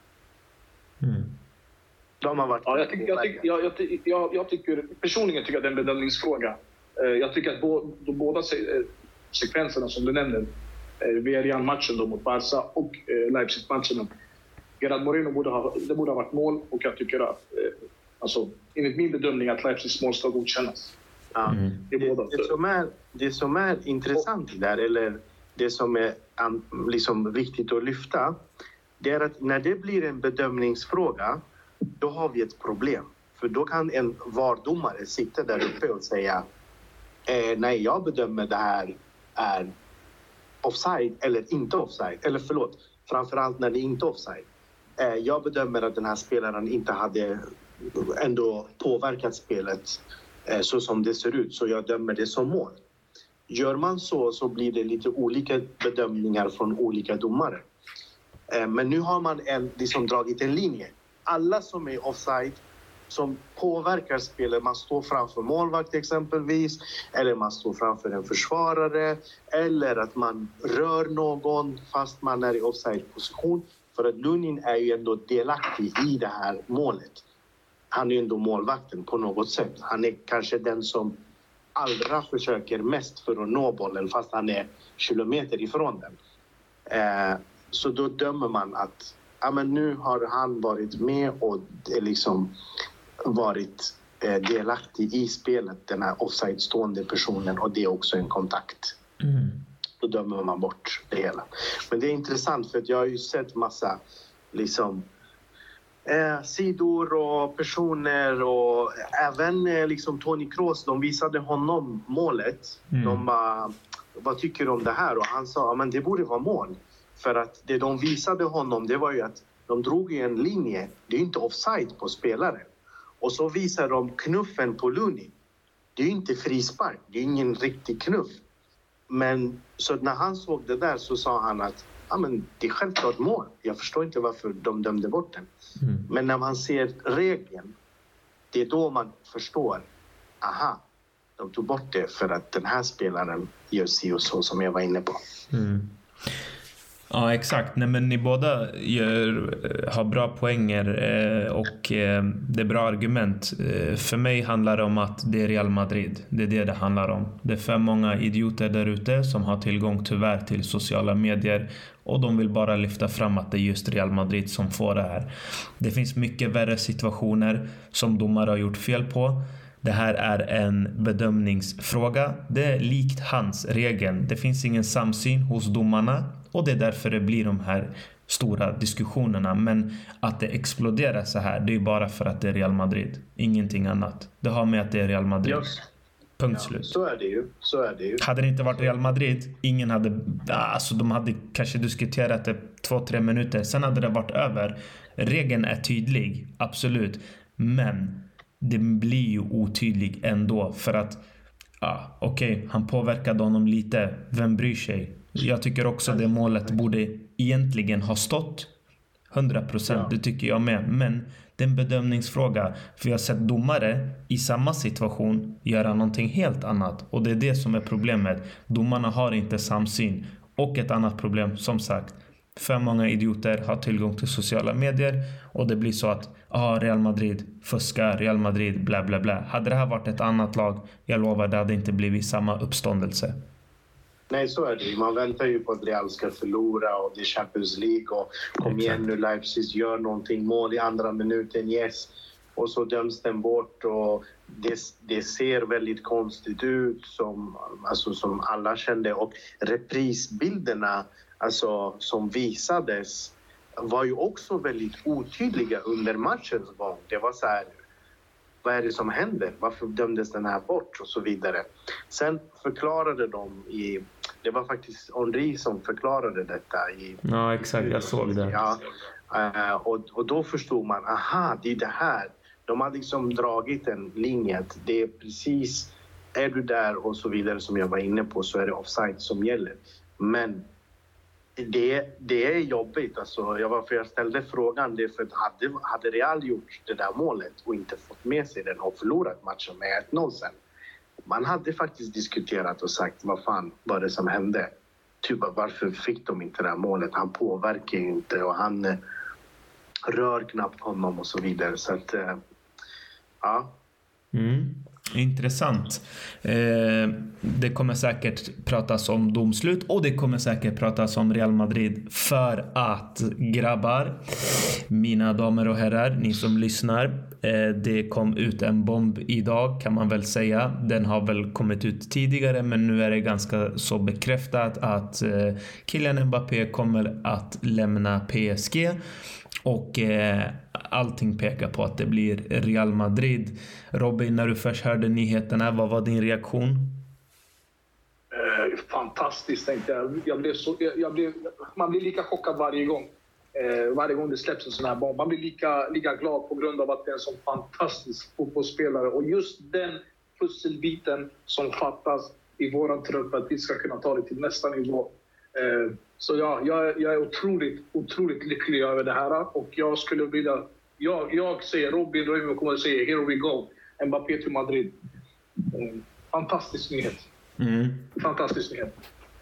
De har varit jag tycker personligen tycker att det är en bedömningsfråga. Jag tycker att båda sekvenserna som du nämnde, Villarreal-matchen då mot Barca och Leipzig-matchen, Gerard Moreno borde ha varit mål, och jag tycker att alltså, enligt min bedömning att Leipzigs mål ska godkännas. Ja. Det som är intressant där, eller det som är liksom viktigt att lyfta, det är att när det blir en bedömningsfråga, då har vi ett problem. För då kan en VAR-domare sitta där uppe och säga nej, jag bedömer det här är offside eller inte offside. Eller förlåt, framförallt när det inte är offside. Jag bedömer att den här spelaren inte hade ändå påverkat spelet så som det ser ut, så jag dömer det som mål. Gör man så blir det lite olika bedömningar från olika domare. Men nu har man liksom dragit en linje. Alla som är offside, som påverkar spelet, man står framför målvakt exempelvis, eller man står framför en försvarare, eller att man rör någon fast man är i offside-position. För att Lunin är ju ändå delaktig i det här målet. Han är ju ändå målvakten på något sätt. Han är kanske den som allra försöker mest för att nå bollen, fast han är kilometer ifrån den. Så då dömer man att men nu har han varit med och liksom varit delaktig i spelet, den här offside-stående personen, och det är också en kontakt. Då dömer man bort det hela. Men det är intressant, för att jag har ju sett massa liksom sidor och personer, och även liksom Toni Kroos, de visade honom målet. De bara, vad tycker du om det här? Och han sa, men det borde vara mål. För att det de visade honom, det var ju att de drog i en linje. Det är inte offside på spelaren. Och så visar de knuffen på Looney. Det är ju inte frispark, det är ingen riktig knuff. Men så när han såg det där så sa han att men det är självklart mål. Jag förstår inte varför de dömde bort den. Men när man ser regeln, det är då man förstår. Aha, de tog bort det för att den här spelaren gör si och så som jag var inne på. Ja, exakt. Nej, men ni båda har bra poänger och det är bra argument. För mig handlar det om att det är Real Madrid. Det är det handlar om. Det är för många idioter där ute som har tillgång tyvärr till sociala medier och de vill bara lyfta fram att det är just Real Madrid som får det här. Det finns mycket värre situationer som domare har gjort fel på. Det här är en bedömningsfråga. Det är likt hans regeln. Det finns ingen samsyn hos domarna och det är därför det blir de här stora diskussionerna. Men att det exploderar så här, det är bara för att det är Real Madrid. Ingenting annat. Det har med att det är Real Madrid. Just. Punkt slut. Så är det ju. Hade det inte varit Real Madrid, ingen hade... Alltså de hade kanske diskuterat det 2-3 minuter. Sen hade det varit över. Regeln är tydlig, absolut. Men det blir ju otydlig ändå för att okej, han påverkade honom lite. Vem bryr sig? Jag tycker också det målet borde egentligen ha stått 100%, det tycker jag med. Men det är en bedömningsfråga. För jag har sett domare i samma situation göra någonting helt annat. Och det är det som är problemet. Domarna har inte samsyn. Och ett annat problem, som sagt. För många idioter har tillgång till sociala medier. Och det blir så att Real Madrid fuskar, Real Madrid bla bla bla. Hade det här varit ett annat lag, jag lovar, det hade inte blivit samma uppståndelse. Nej, så är det. Man väntar ju på att Real ska förlora och det är Champions League och kom igen nu, Leipzig gör någonting, mål i andra minuten, yes. Och så döms den bort och det ser väldigt konstigt ut som alla kände. Och reprisbilderna som visades var ju också väldigt otydliga under matchens gång. Det var så här, vad är det som händer? Varför dömdes den här bort? Och så vidare. Sen förklarade det var faktiskt Henry som förklarade detta. Ja, exakt. Jag såg det. Ja, och då förstod man, aha, det är det här. De har liksom dragit en linje. Det är precis, är du där och så vidare som jag var inne på, så är det offside som gäller. Men det är jobbigt. Varför jag ställde frågan, det är för att hade Real gjort det där målet och inte fått med sig den och förlorat matchen med 1-0 sen. Man hade faktiskt diskuterat och sagt, vad fan var det som hände? Typ, varför fick de inte det här målet? Han påverkar ju inte och han rör knappt honom och så vidare. Så att, ja. Intressant. Det kommer säkert pratas om domslut och det kommer säkert pratas om Real Madrid för att, grabbar, mina damer och herrar, ni som lyssnar, det kom ut en bomb idag kan man väl säga. Den har väl kommit ut tidigare, men nu är det ganska så bekräftat att Kylian Mbappé kommer att lämna PSG. Och allting pekar på att det blir Real Madrid. Robin, när du först hörde nyheterna, vad var din reaktion? Fantastiskt, tänkte jag. Man blir lika chockad varje gång. Varje gång det släpps en sån här bomb. Man blir lika glad på grund av att det är en sån fantastisk fotbollsspelare. Och just den pusselbiten som fattas i våran trupp, att vi ska kunna ta det till nästa nivå. Så jag är otroligt lycklig över det här. Och jag skulle vilja... Jag säger Robin kommer att säga here we go. Mbappé till Madrid. Fantastisk nyhet. Fantastisk nyhet.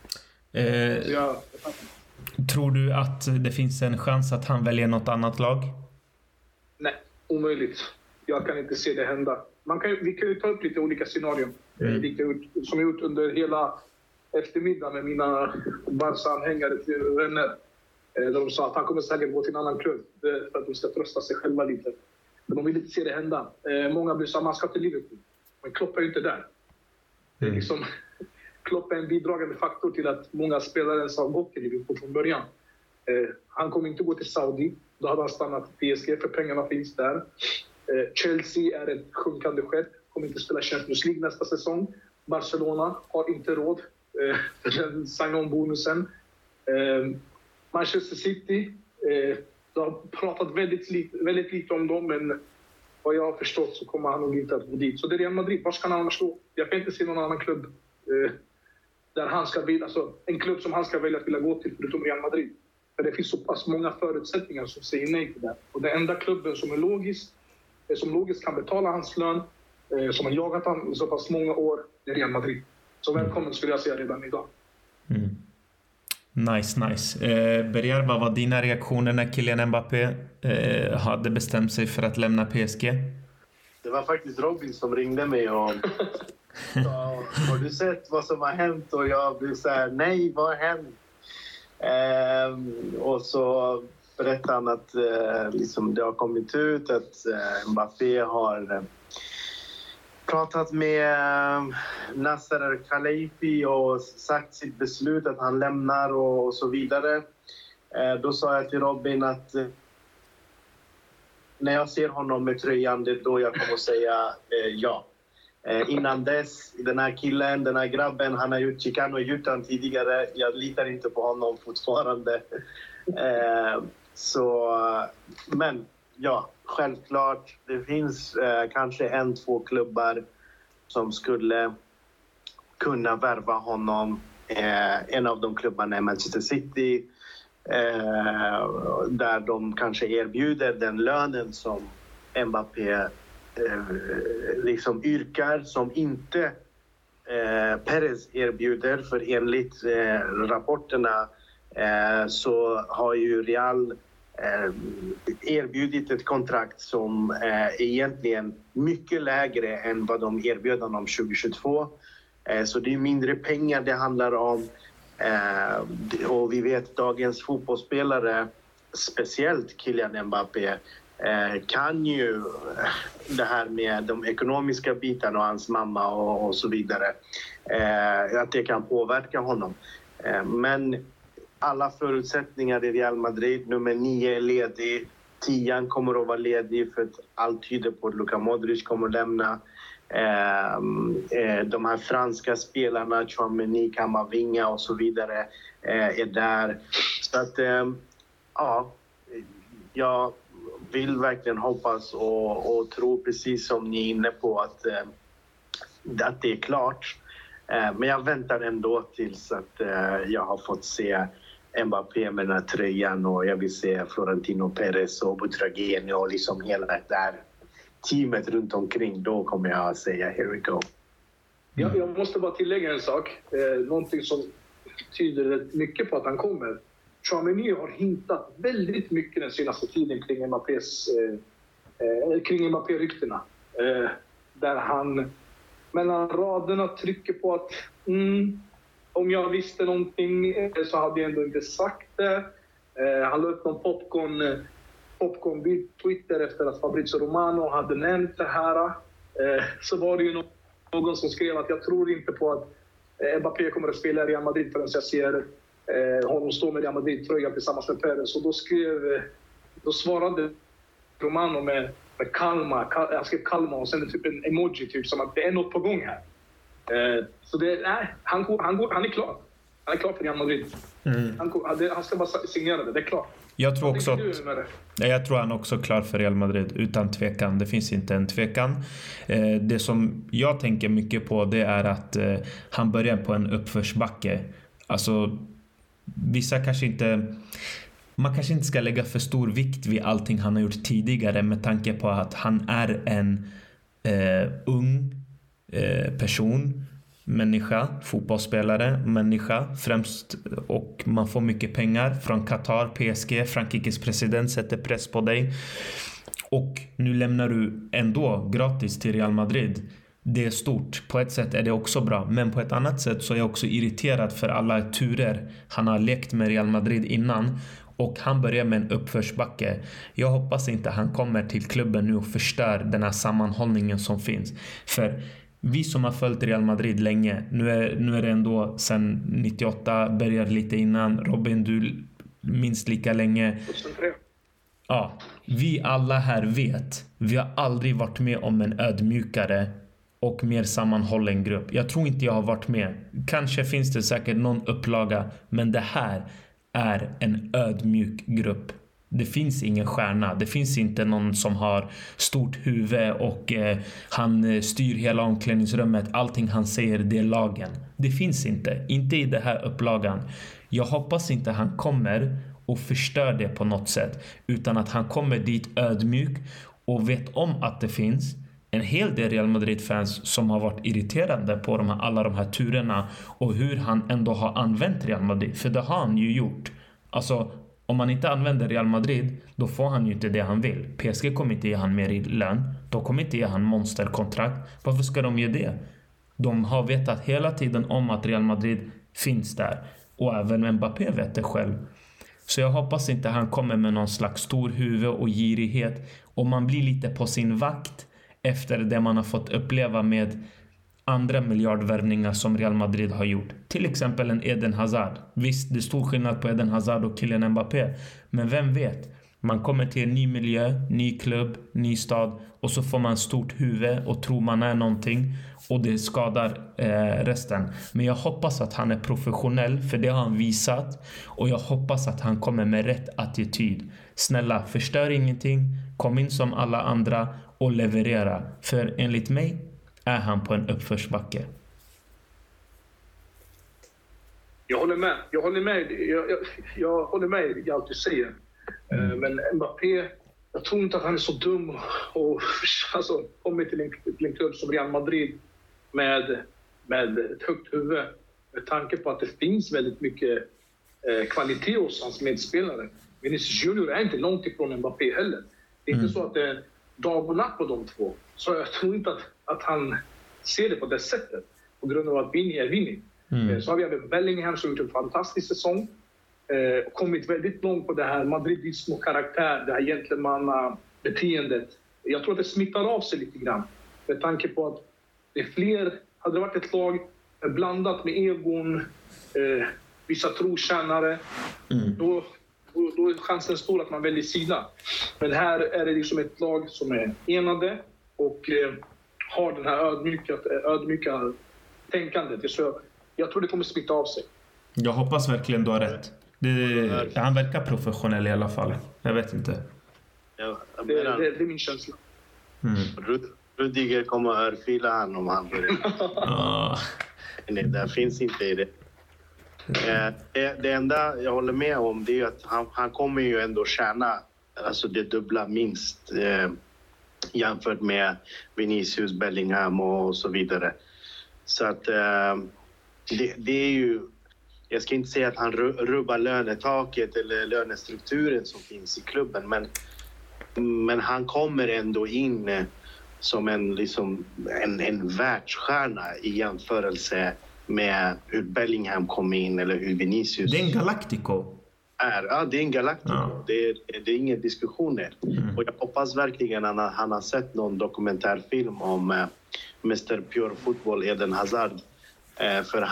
Tror du att det finns en chans att han väljer något annat lag? Nej, omöjligt. Jag kan inte se det hända. Vi kan ju ta upp lite olika scenarion. Som jag gjort under hela eftermiddag med mina Barca-anhängare till vänner. Där de sa att han kommer säkert gå till en annan klubb för att de ska trösta sig själva lite. Men de vill inte se det hända. Många blir så att man ska till Liverpool. Men Klopp är ju inte där. Det är liksom, Klopp är en bidragande faktor till att många spelare ens har gått till Liverpool från början. Han kommer inte gå till Saudi. Då hade han stannat i PSG för pengarna finns där. Chelsea är ett sjunkande skepp. Kommer inte spela Champions League nästa säsong. Barcelona har inte råd för den sign-on-bonusen. Manchester City, det har pratat väldigt lite om dem, men vad jag har förstått så kommer han nog inte att gå dit. Så det är Real Madrid. Var ska han annars gå? Jag kan inte se någon annan klubb där han ska vilja, alltså en klubb som han ska välja att vilja gå till förutom Real Madrid. För det finns så pass många förutsättningar som säger nej till det. Och den enda klubben som logiskt kan betala hans lön, som har jagat han i så pass många år, det är Real Madrid. Så välkommen skulle jag säga redan idag. Nice. Berger, vad var dina reaktioner när Kylian Mbappé hade bestämt sig för att lämna PSG? Det var faktiskt Robin som ringde mig och sa, har du sett vad som har hänt? Och jag blev så här, nej, vad har hänt? Och så berättade han att liksom det har kommit ut att Mbappé har pratat med Nasser Al-Khelaifi och sagt sitt beslut att han lämnar och så vidare. Då sa jag till Robin att när jag ser honom med tröjan, det är då jag kommer att säga ja. Innan dess, den här grabben, han har gjort Chicano och Jutan tidigare. Jag litar inte på honom fortfarande. Men ja, självklart. Det finns kanske 1-2 klubbar som skulle kunna värva honom. En av de klubbarna är Manchester City. Där de kanske erbjuder den lönen som Mbappé liksom yrkar, som inte Perez erbjuder. För enligt rapporterna så har ju Real erbjudit ett kontrakt som är egentligen mycket lägre än vad de erbjöd honom 2022. Så det är mindre pengar det handlar om. Och vi vet dagens fotbollsspelare, speciellt Kylian Mbappé, kan ju det här med de ekonomiska bitarna och hans mamma och så vidare. Att det kan påverka honom. Men alla förutsättningar i Real Madrid. Nummer 9 är ledig. 10 kommer att vara ledig för att allt tyder på att Luka Modric kommer att lämna. De här franska spelarna, Tchouaméni, Camavinga och så vidare är där. Så att ja, jag vill verkligen hoppas och tro, precis som ni är inne på, att det är klart. Men jag väntar ändå tills att jag har fått se Mbappé med den här tröjan, och jag vill se Florentino Perez och Butragueño och liksom hela det där teamet runt omkring. Då kommer jag att säga here we go. Jag måste bara tillägga en sak. Någonting som tyder mycket på att han kommer. Tchouaméni har hintat väldigt mycket den senaste tiden kring Mbappé-ryktena. Där han mellan raderna trycker på att om jag visste någonting så hade jag ändå inte sagt det. Han la upp någon popcorn-bild på Twitter efter att Fabrizio Romano hade nämnt det här. Så var det ju någon som skrev att jag tror inte på att Mbappé kommer att spela i Real Madrid förrän jag ser honom stå med Real Madrid-tröja tillsammans med Perez. Och då svarade Romano med Kalma. Jag skrev Kalma och sen typ en emoji typ som att det är något på gång här. Så han är klar. Han är klar för Real Madrid. Han ska bara signera det är klart. Jag tror också jag tror han är också klar för Real Madrid, utan tvekan. Det finns inte en tvekan. Det som jag tänker mycket på, det är att han börjar på en uppförsbacke. Alltså man kanske inte ska lägga för stor vikt vid allting han har gjort tidigare, med tanke på att han är en ung person, människa, fotbollsspelare, människa främst, och man får mycket pengar från Qatar, PSG, Frankrikes president sätter press på dig, och nu lämnar du ändå gratis till Real Madrid. Det är stort. På ett sätt är det också bra, men på ett annat sätt så är jag också irriterad för alla turer han har lekt med Real Madrid innan, och han börjar med en uppförsbacke. Jag hoppas inte han kommer till klubben nu och förstör den här sammanhållningen som finns. För vi som har följt Real Madrid länge, nu är det ändå sedan 98, börjar lite innan. Robin, du minst lika länge. Ja, vi alla här vet, vi har aldrig varit med om en ödmjukare och mer sammanhållen grupp. Jag tror inte jag har varit med. Kanske finns det säkert någon upplaga, men det här är en ödmjuk grupp. Det finns ingen stjärna. Det finns inte någon som har stort huvud och han styr hela omklädningsrummet. Allting han säger, det är lagen. Det finns inte. Inte i det här upplagan. Jag hoppas inte han kommer och förstör det på något sätt. Utan att han kommer dit ödmjuk och vet om att det finns en hel del Real Madrid-fans som har varit irriterande på alla de här turerna och hur han ändå har använt Real Madrid. För det har han ju gjort. Alltså, om man inte använder Real Madrid, då får han ju inte det han vill. PSG kommer inte ge han mer i lön. De kommer inte ge han monsterkontrakt. Varför ska de ge det? De har vetat hela tiden om att Real Madrid finns där. Och även Mbappé vet det själv. Så jag hoppas inte han kommer med någon slags stor huvud och girighet. Och man blir lite på sin vakt efter det man har fått uppleva med andra miljardvärvningar som Real Madrid har gjort. Till exempel en Eden Hazard. Visst, det är stor skillnad på Eden Hazard och Kylian Mbappé. Men vem vet? Man kommer till en ny miljö, ny klubb, ny stad. Och så får man stort huvud och tror man är någonting. Och det skadar resten. Men jag hoppas att han är professionell, för det har han visat. Och jag hoppas att han kommer med rätt attityd. Snälla, förstör ingenting. Kom in som alla andra och leverera. För enligt mig är han på en uppförsbacke. Jag håller med. Jag håller med i allt du säger. Men Mbappé, jag tror inte att han är så dum och alltså, kommer till en klubb som Real Madrid med ett högt huvud. Med tanke på att det finns väldigt mycket kvalitet hos hans medspelare. Vinicius Junior är inte långt ifrån Mbappé heller. Det är inte så att det är dag och natt på de två. Så jag tror inte att han ser det på det sättet. På grund av att Vini är Vini. Så har vi även Bellingham som gjort en fantastisk säsong. Och kommit väldigt långt på det här madridism och karaktär. Det här gentlemanna-beteendet. Jag tror att det smittar av sig lite grann. Med tanke på att det är fler. Hade det varit ett lag blandat med egon. Vissa trotjänare. Då är chansen stor att man väljer sida. Men här är det liksom ett lag som är enade och har den här ödmjuka tänkandet. Så jag tror det kommer smitta av sig. Jag hoppas verkligen du har rätt. Han verkar professionell i alla fall. Jag vet inte. Det är min känsla. Rudiger kommer att örfila han om han börjar. Nej, det finns inte i det. Det enda jag håller med om, det är att han kommer ju ändå tjäna alltså det dubbla minst jämfört med Vinicius, Bellingham och så vidare. Så att det är ju, jag ska inte säga att han rubbar lönetaket eller lönestrukturen som finns i klubben, men han kommer ändå in som en världsstjärna i jämförelse med hur Bellingham kom in eller hur Vinicius... Det är en Galactico. Ja, det är en Galactico. Ja. Det är ingen diskussion där. Och jag hoppas verkligen att han har sett någon dokumentärfilm om Mr. Pure Football, Eden Hazard. För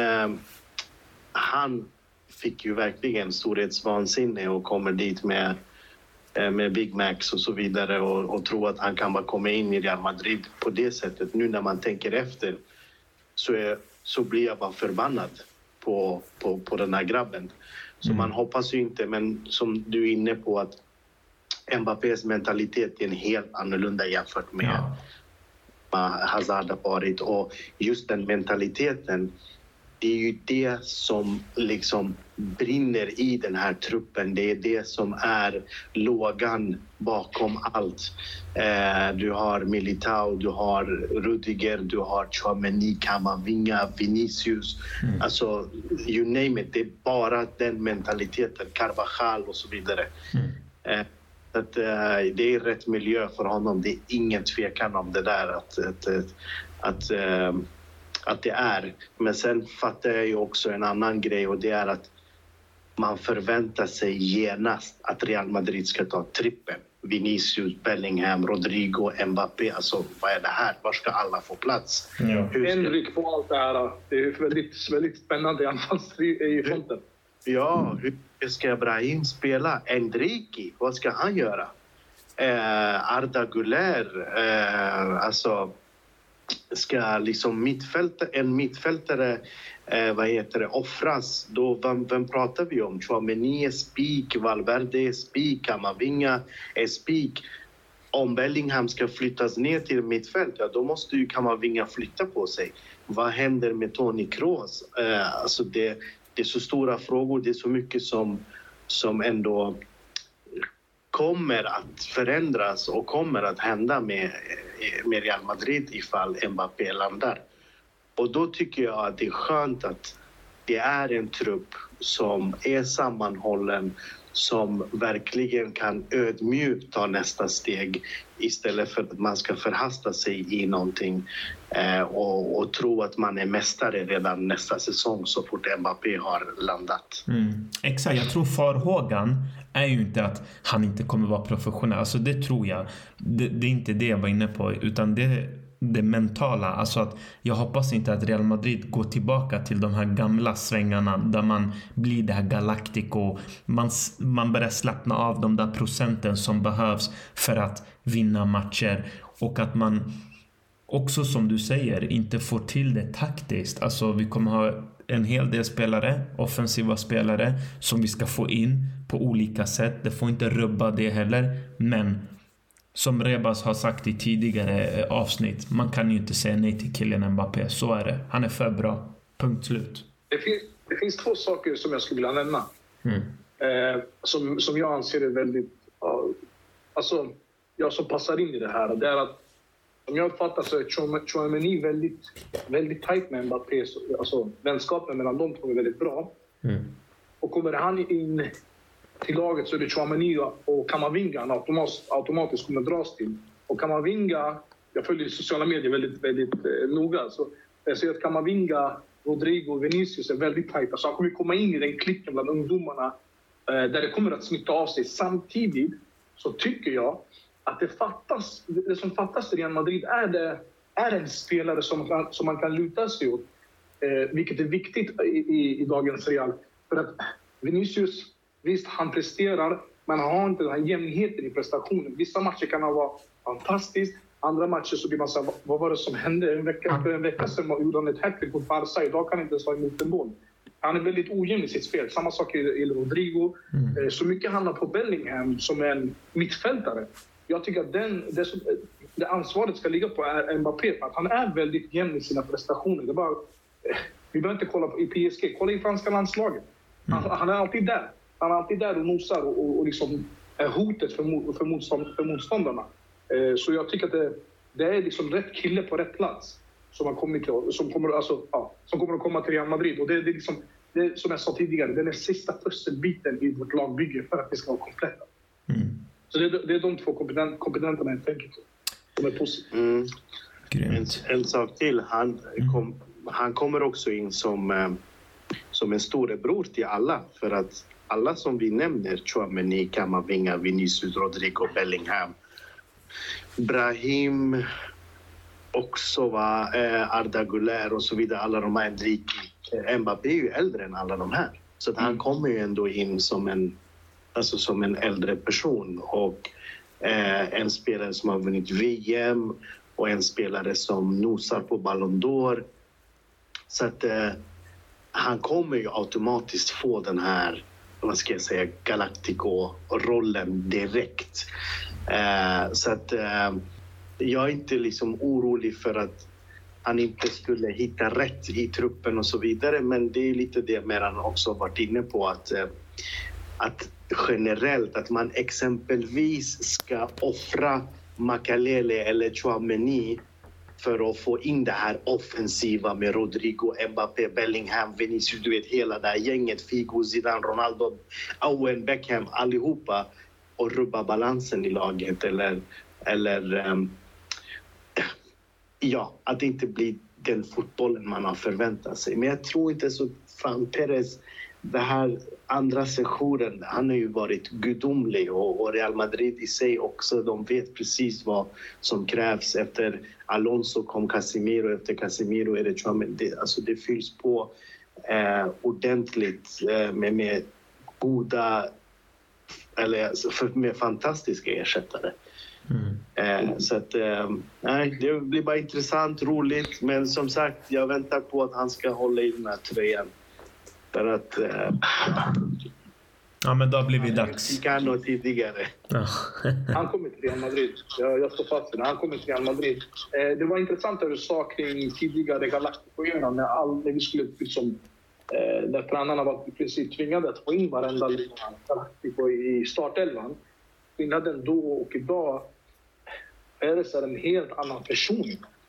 han fick ju verkligen storhetsvansinne och kommer dit med Big Macs och så vidare och tror att han kan bara komma in i Real Madrid på det sättet. Nu när man tänker efter så blir jag bara förbannad på den här grabben. Så man hoppas ju inte, men som du är inne på att Mbappés mentalitet är en helt annorlunda jämfört med vad Hazard har varit. Och just den mentaliteten, det är ju det som liksom brinner i den här truppen. Det är det som är lågan bakom allt. Du har Militao, du har Rudiger, du har Tchouaméni, Camavinga, Vinicius. Alltså, you name it. Det är bara den mentaliteten. Carvajal och så vidare. Att, det är rätt miljö för honom. Det är ingen tvekan om det där att det är. Men sen fattar jag ju också en annan grej, och det är att man förväntar sig genast att Real Madrid ska ta trippen. Vinicius, Bellingham, Rodrigo, Mbappé. Alltså, vad är det här? Var ska alla få plats? Henrik på allt det här. Det är väldigt, väldigt spännande i fronten. Ja, hur ska Brahim spela? Enrique, vad ska han göra? Arda Güler, alltså... ska liksom en mittfältare offras, då vem pratar vi om? Tchouaméni är spik, Valverde är spik, Camavinga är spik. Om Bellingham ska flyttas ner till mittfält, ja, då måste ju Camavinga flytta på sig. Vad händer med Toni Kroos? Alltså det är så stora frågor, det är så mycket som ändå kommer att förändras och kommer att hända med Real Madrid ifall Mbappé landar. Och då tycker jag att det är skönt att det är en trupp som är sammanhållen, som verkligen kan ödmjukt ta nästa steg istället för att man ska förhasta sig i någonting och tro att man är mästare redan nästa säsong så fort Mbappé har landat. Exakt, jag tror farhågan är ju inte att han inte kommer vara professionell. Alltså det tror jag. Det är inte det jag var inne på, utan det mentala. Alltså att jag hoppas inte att Real Madrid går tillbaka till de här gamla svängarna där man blir det här Galactico. Man börjar slappna av de där procenten som behövs för att vinna matcher. Och att man också, som du säger, inte får till det taktiskt. Alltså vi kommer ha en hel del spelare, offensiva spelare, som vi ska få in på olika sätt. Det får inte rubba det heller. Men som Rebas har sagt i tidigare avsnitt, man kan ju inte säga nej till Kylian Mbappé. Så är det. Han är för bra. Punkt slut. Det finns två saker som jag skulle vilja nämna. Som jag anser är väldigt... Alltså, jag som passar in i det här. Det är att, om jag uppfattar så är Tchouaméni väldigt tajt med Mbappé. Alltså, vänskapen mellan dem två är väldigt bra. Och kommer han in till laget så är det Tchouaméni och Camavinga han automatiskt kommer dras till. Och Camavinga, jag följer sociala medier väldigt, väldigt noga. Så jag ser att Camavinga, Rodrigo och Vinicius är väldigt tajta. Så han kommer komma in i den klicken bland ungdomarna där det kommer att smitta av sig. Samtidigt så tycker jag att det som fattas i Real Madrid är en spelare som man kan luta sig åt. Vilket är viktigt i dagens Real. För att Vinicius, visst, han presterar, men han har inte den här jämnheten i prestationen. Vissa matcher kan han vara fantastisk. Andra matcher så blir man så här, vad var det som hände? För en vecka sedan gjorde han ett hattrick mot Barca. Idag kan han inte ens vara emot en boll. Han är väldigt ojämn i sitt spel. Samma sak i Rodrigo. Så mycket handlar på Bellingham som är en mittfältare. Jag tycker att det ansvaret ska ligga på är Mbappé. Att han är väldigt jämn i sina prestationer. Det är bara, vi behöver inte kolla på i PSG. Kolla i franska landslaget. Han är alltid där. Han är alltid där och nosar och liksom är hotet för motståndarna. Så jag tycker att det är liksom rätt kille på rätt plats som kommer att komma till Real Madrid. Och det är liksom, det, som jag sa tidigare, den är sista pusselbiten i vårt lagbygge för att det ska vara kompletta. Så det är de två kompetenterna jag tänker på. De är positiva. En sak till. Han kommer också in som en storebror till alla. För att alla som vi nämner, Tchouaméni, Camavinga, Vinicius, Rodrigo, Bellingham, Brahim, också Arda Güler och så vidare, alla de här, Enrique. Mbappé är ju äldre än alla de här. Så att han kommer ju ändå in som en äldre person och en spelare som har vunnit VM och en spelare som nosar på Ballon d'Or. Så att han kommer ju automatiskt få den här, vad ska jag säga, Galactico-rollen direkt. Så att jag är inte liksom orolig för att han inte skulle hitta rätt i truppen och så vidare. Men det är lite det Meran också varit inne på, att generellt att man exempelvis ska offra Makalele eller Tchouaméni för att få in det här offensiva med Rodrigo, Mbappé, Bellingham, Vinicius, du vet hela det här gänget, Figo, Zidane, Ronaldo, Owen, Beckham, allihopa, och rubba balansen i laget eller att det inte blir den fotbollen man har förväntat sig. Men jag tror inte så. Fan, Perez, det här andra sessionen, han har ju varit gudomlig och Real Madrid i sig också, de vet precis vad som krävs. Efter Alonso kom Casemiro, efter Casemiro är det Tchouaméni. Alltså det fylls på ordentligt med goda, eller med fantastiska ersättare. Så att, nej, det blir bara intressant, roligt. Men som sagt, jag väntar på att han ska hålla i den här tröjan. För att... Ja, men då blir vi dags. Det kan nog tidigare. Ja. Han kommer till Real Madrid. Jag står fast vid det. Han kommer till Real Madrid. Det var intressant att du sa kring tidigare Galactico-eran när vi skulle liksom... Där tränarna var i princip tvingade att få in varenda Galactico i startelvan. Skillnaden då och idag är det så en helt annan person.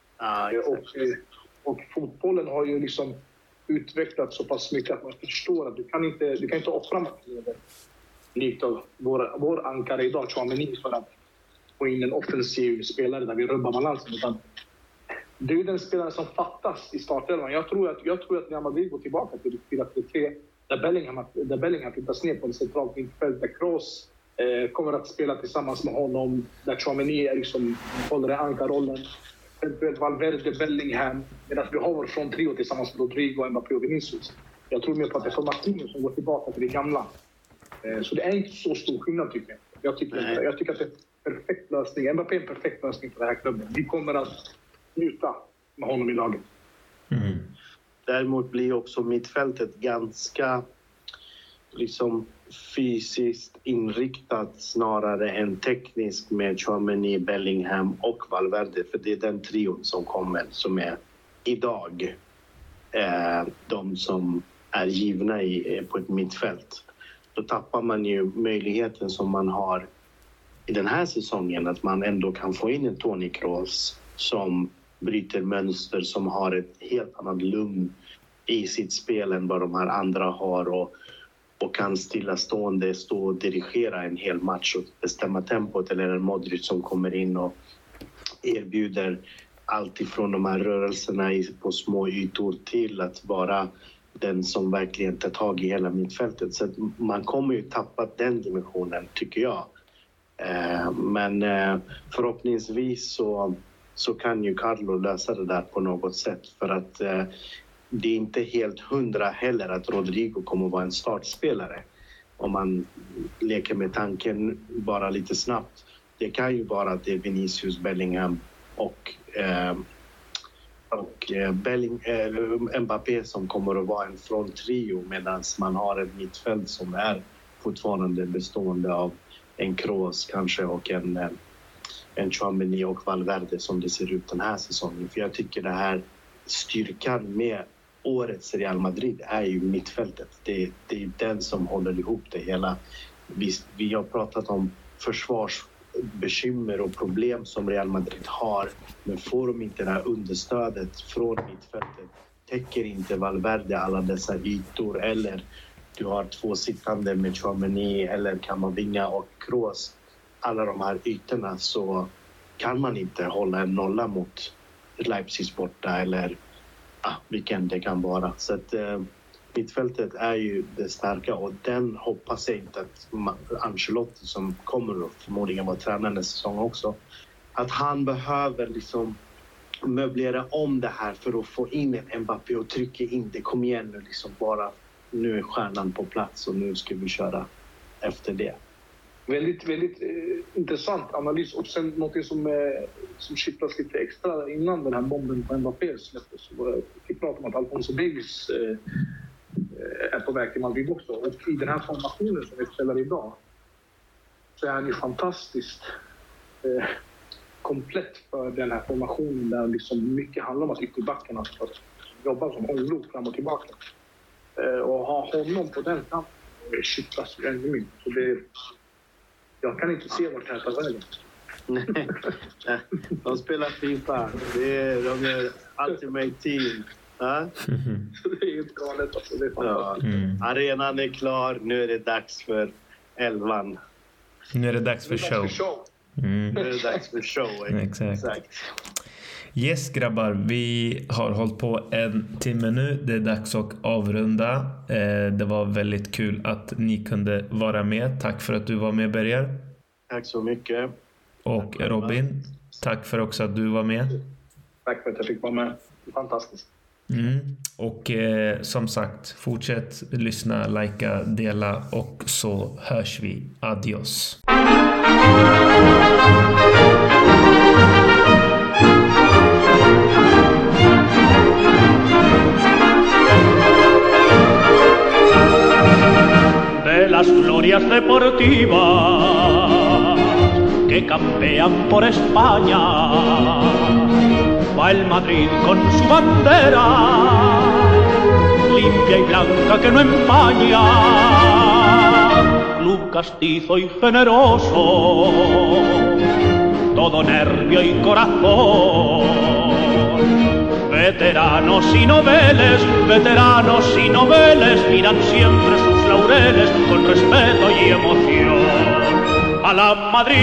Och fotbollen har ju liksom utvecklats så pass mycket att man förstår att du kan inte offra matchen likt av vår ankare idag, Tchouaméni, för att få in en offensiv spelare där vi rubbar balansen. Utan det är ju den spelaren som fattas i startelvan. Jag tror att Real Madrid går tillbaka till 4-3-3 där Bellingham flyttas ner på en centralt mittfält där Kroos kommer att spela tillsammans med honom, där Tchouaméni liksom håller i ankarrollen. Eventuellt Valverde, Bellingham, medan vi har vår fronttrio tillsammans med Rodrigo, Mbappé och Vinicius. Jag tror mer på att det är formationen som går tillbaka till det gamla. Så det är inte så stor skillnad, tycker jag. Jag tycker att det är en perfekt lösning. Mbappé är en perfekt lösning för den här klubben. Vi kommer att njuta med honom i laget. Däremot blir också mittfältet ganska liksom fysiskt inriktat snarare än tekniskt med Tchouaméni, Bellingham och Valverde. För det är den trion som kommer som är idag de som är givna på ett mittfält. Då tappar man ju möjligheten som man har i den här säsongen att man ändå kan få in en Toni Kroos som bryter mönster, som har ett helt annat lugn i sitt spel än vad de här andra har och kan stillastående stå och dirigera en hel match och bestämma tempot, eller en Modric som kommer in och erbjuder allt ifrån de här rörelserna på små ytor till att vara den som verkligen tar tag i hela mittfältet. Så man kommer ju tappa den dimensionen, tycker jag. Men förhoppningsvis så kan ju Carlo lösa det där på något sätt, för att det är inte helt 100 heller att Rodrigo kommer att vara en startspelare. Om man leker med tanken bara lite snabbt. Det kan ju vara att det är Vinicius, Bellingham och Mbappé som kommer att vara en fronttrio, medan man har ett mittfält som är fortfarande bestående av en Kroos kanske och en Tchouaméni och Valverde som det ser ut den här säsongen. För jag tycker det här styrkan med årets Real Madrid är ju mittfältet. Det är den som håller ihop det hela. Vi har pratat om försvarsbekymmer och problem som Real Madrid har, men får de inte det här understödet från mittfältet, täcker inte Valverde alla dessa ytor, eller du har två sittande med Tchouaméni eller Camavinga och Kroos, alla de här ytorna, så kan man inte hålla en nolla mot Leipzig borta eller vilken det kan vara. Så att mittfältet är ju det starka, och den hoppas jag inte att Ancelotti, som kommer att förmodligen vara tränare nästa säsong också, att han behöver liksom möblera om det här för att få in en Mbappé och trycka in det. Kom igen nu, liksom bara, nu är stjärnan på plats och nu ska vi köra efter det. Väldigt, väldigt intressant analys. Och sen något som kittlas lite extra innan den här bomben på Mbappé släpptes. Vi pratar om att Alphonso Davies är på väg till Madrid också. Och i den här formationen som vi spelar idag så är han ju fantastiskt komplett för den här formationen, där liksom mycket handlar om att ytterbackarna ska jobba som ånglok fram och tillbaka. Och ha honom på den kanten kittlas ju ännu mycket. Så jag kan inte se vart det här tar vägen. De spelar FIFA. De är Ultimate Team. Det är ju galet. Alltså. Det är fantastiskt. Arenan är klar. Nu är det dags för 11. Nu är det dags för show. Nu är det dags för show. Exakt. Yes, grabbar, vi har hållit på 1 timme nu. Det är dags att avrunda. Det var väldigt kul att ni kunde vara med. Tack för att du var med, Berger. Tack så mycket. Och Robin, tack för också att du var med. Tack för att jag fick vara med. Fantastiskt. Och som sagt, fortsätt lyssna, likea, dela, och så hörs vi. Adios. altivas que campean por España. Va el Madrid con su bandera, limpia y blanca que no empaña. Club castizo y generoso, todo nervio y corazón. Veteranos y noveles miran siempre sus laureles con respeto y emoción. A la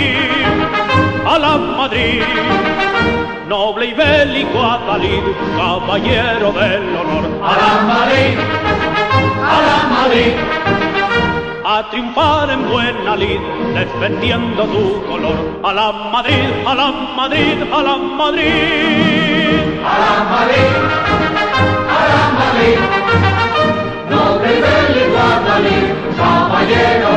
Madrid, noble y bélico Adalid, caballero del honor. A la Madrid, a triunfar en buena lid, defendiendo tu color. A la Madrid, a la Madrid, a la Madrid. a la Madrid, noble y bélico Adalid, caballero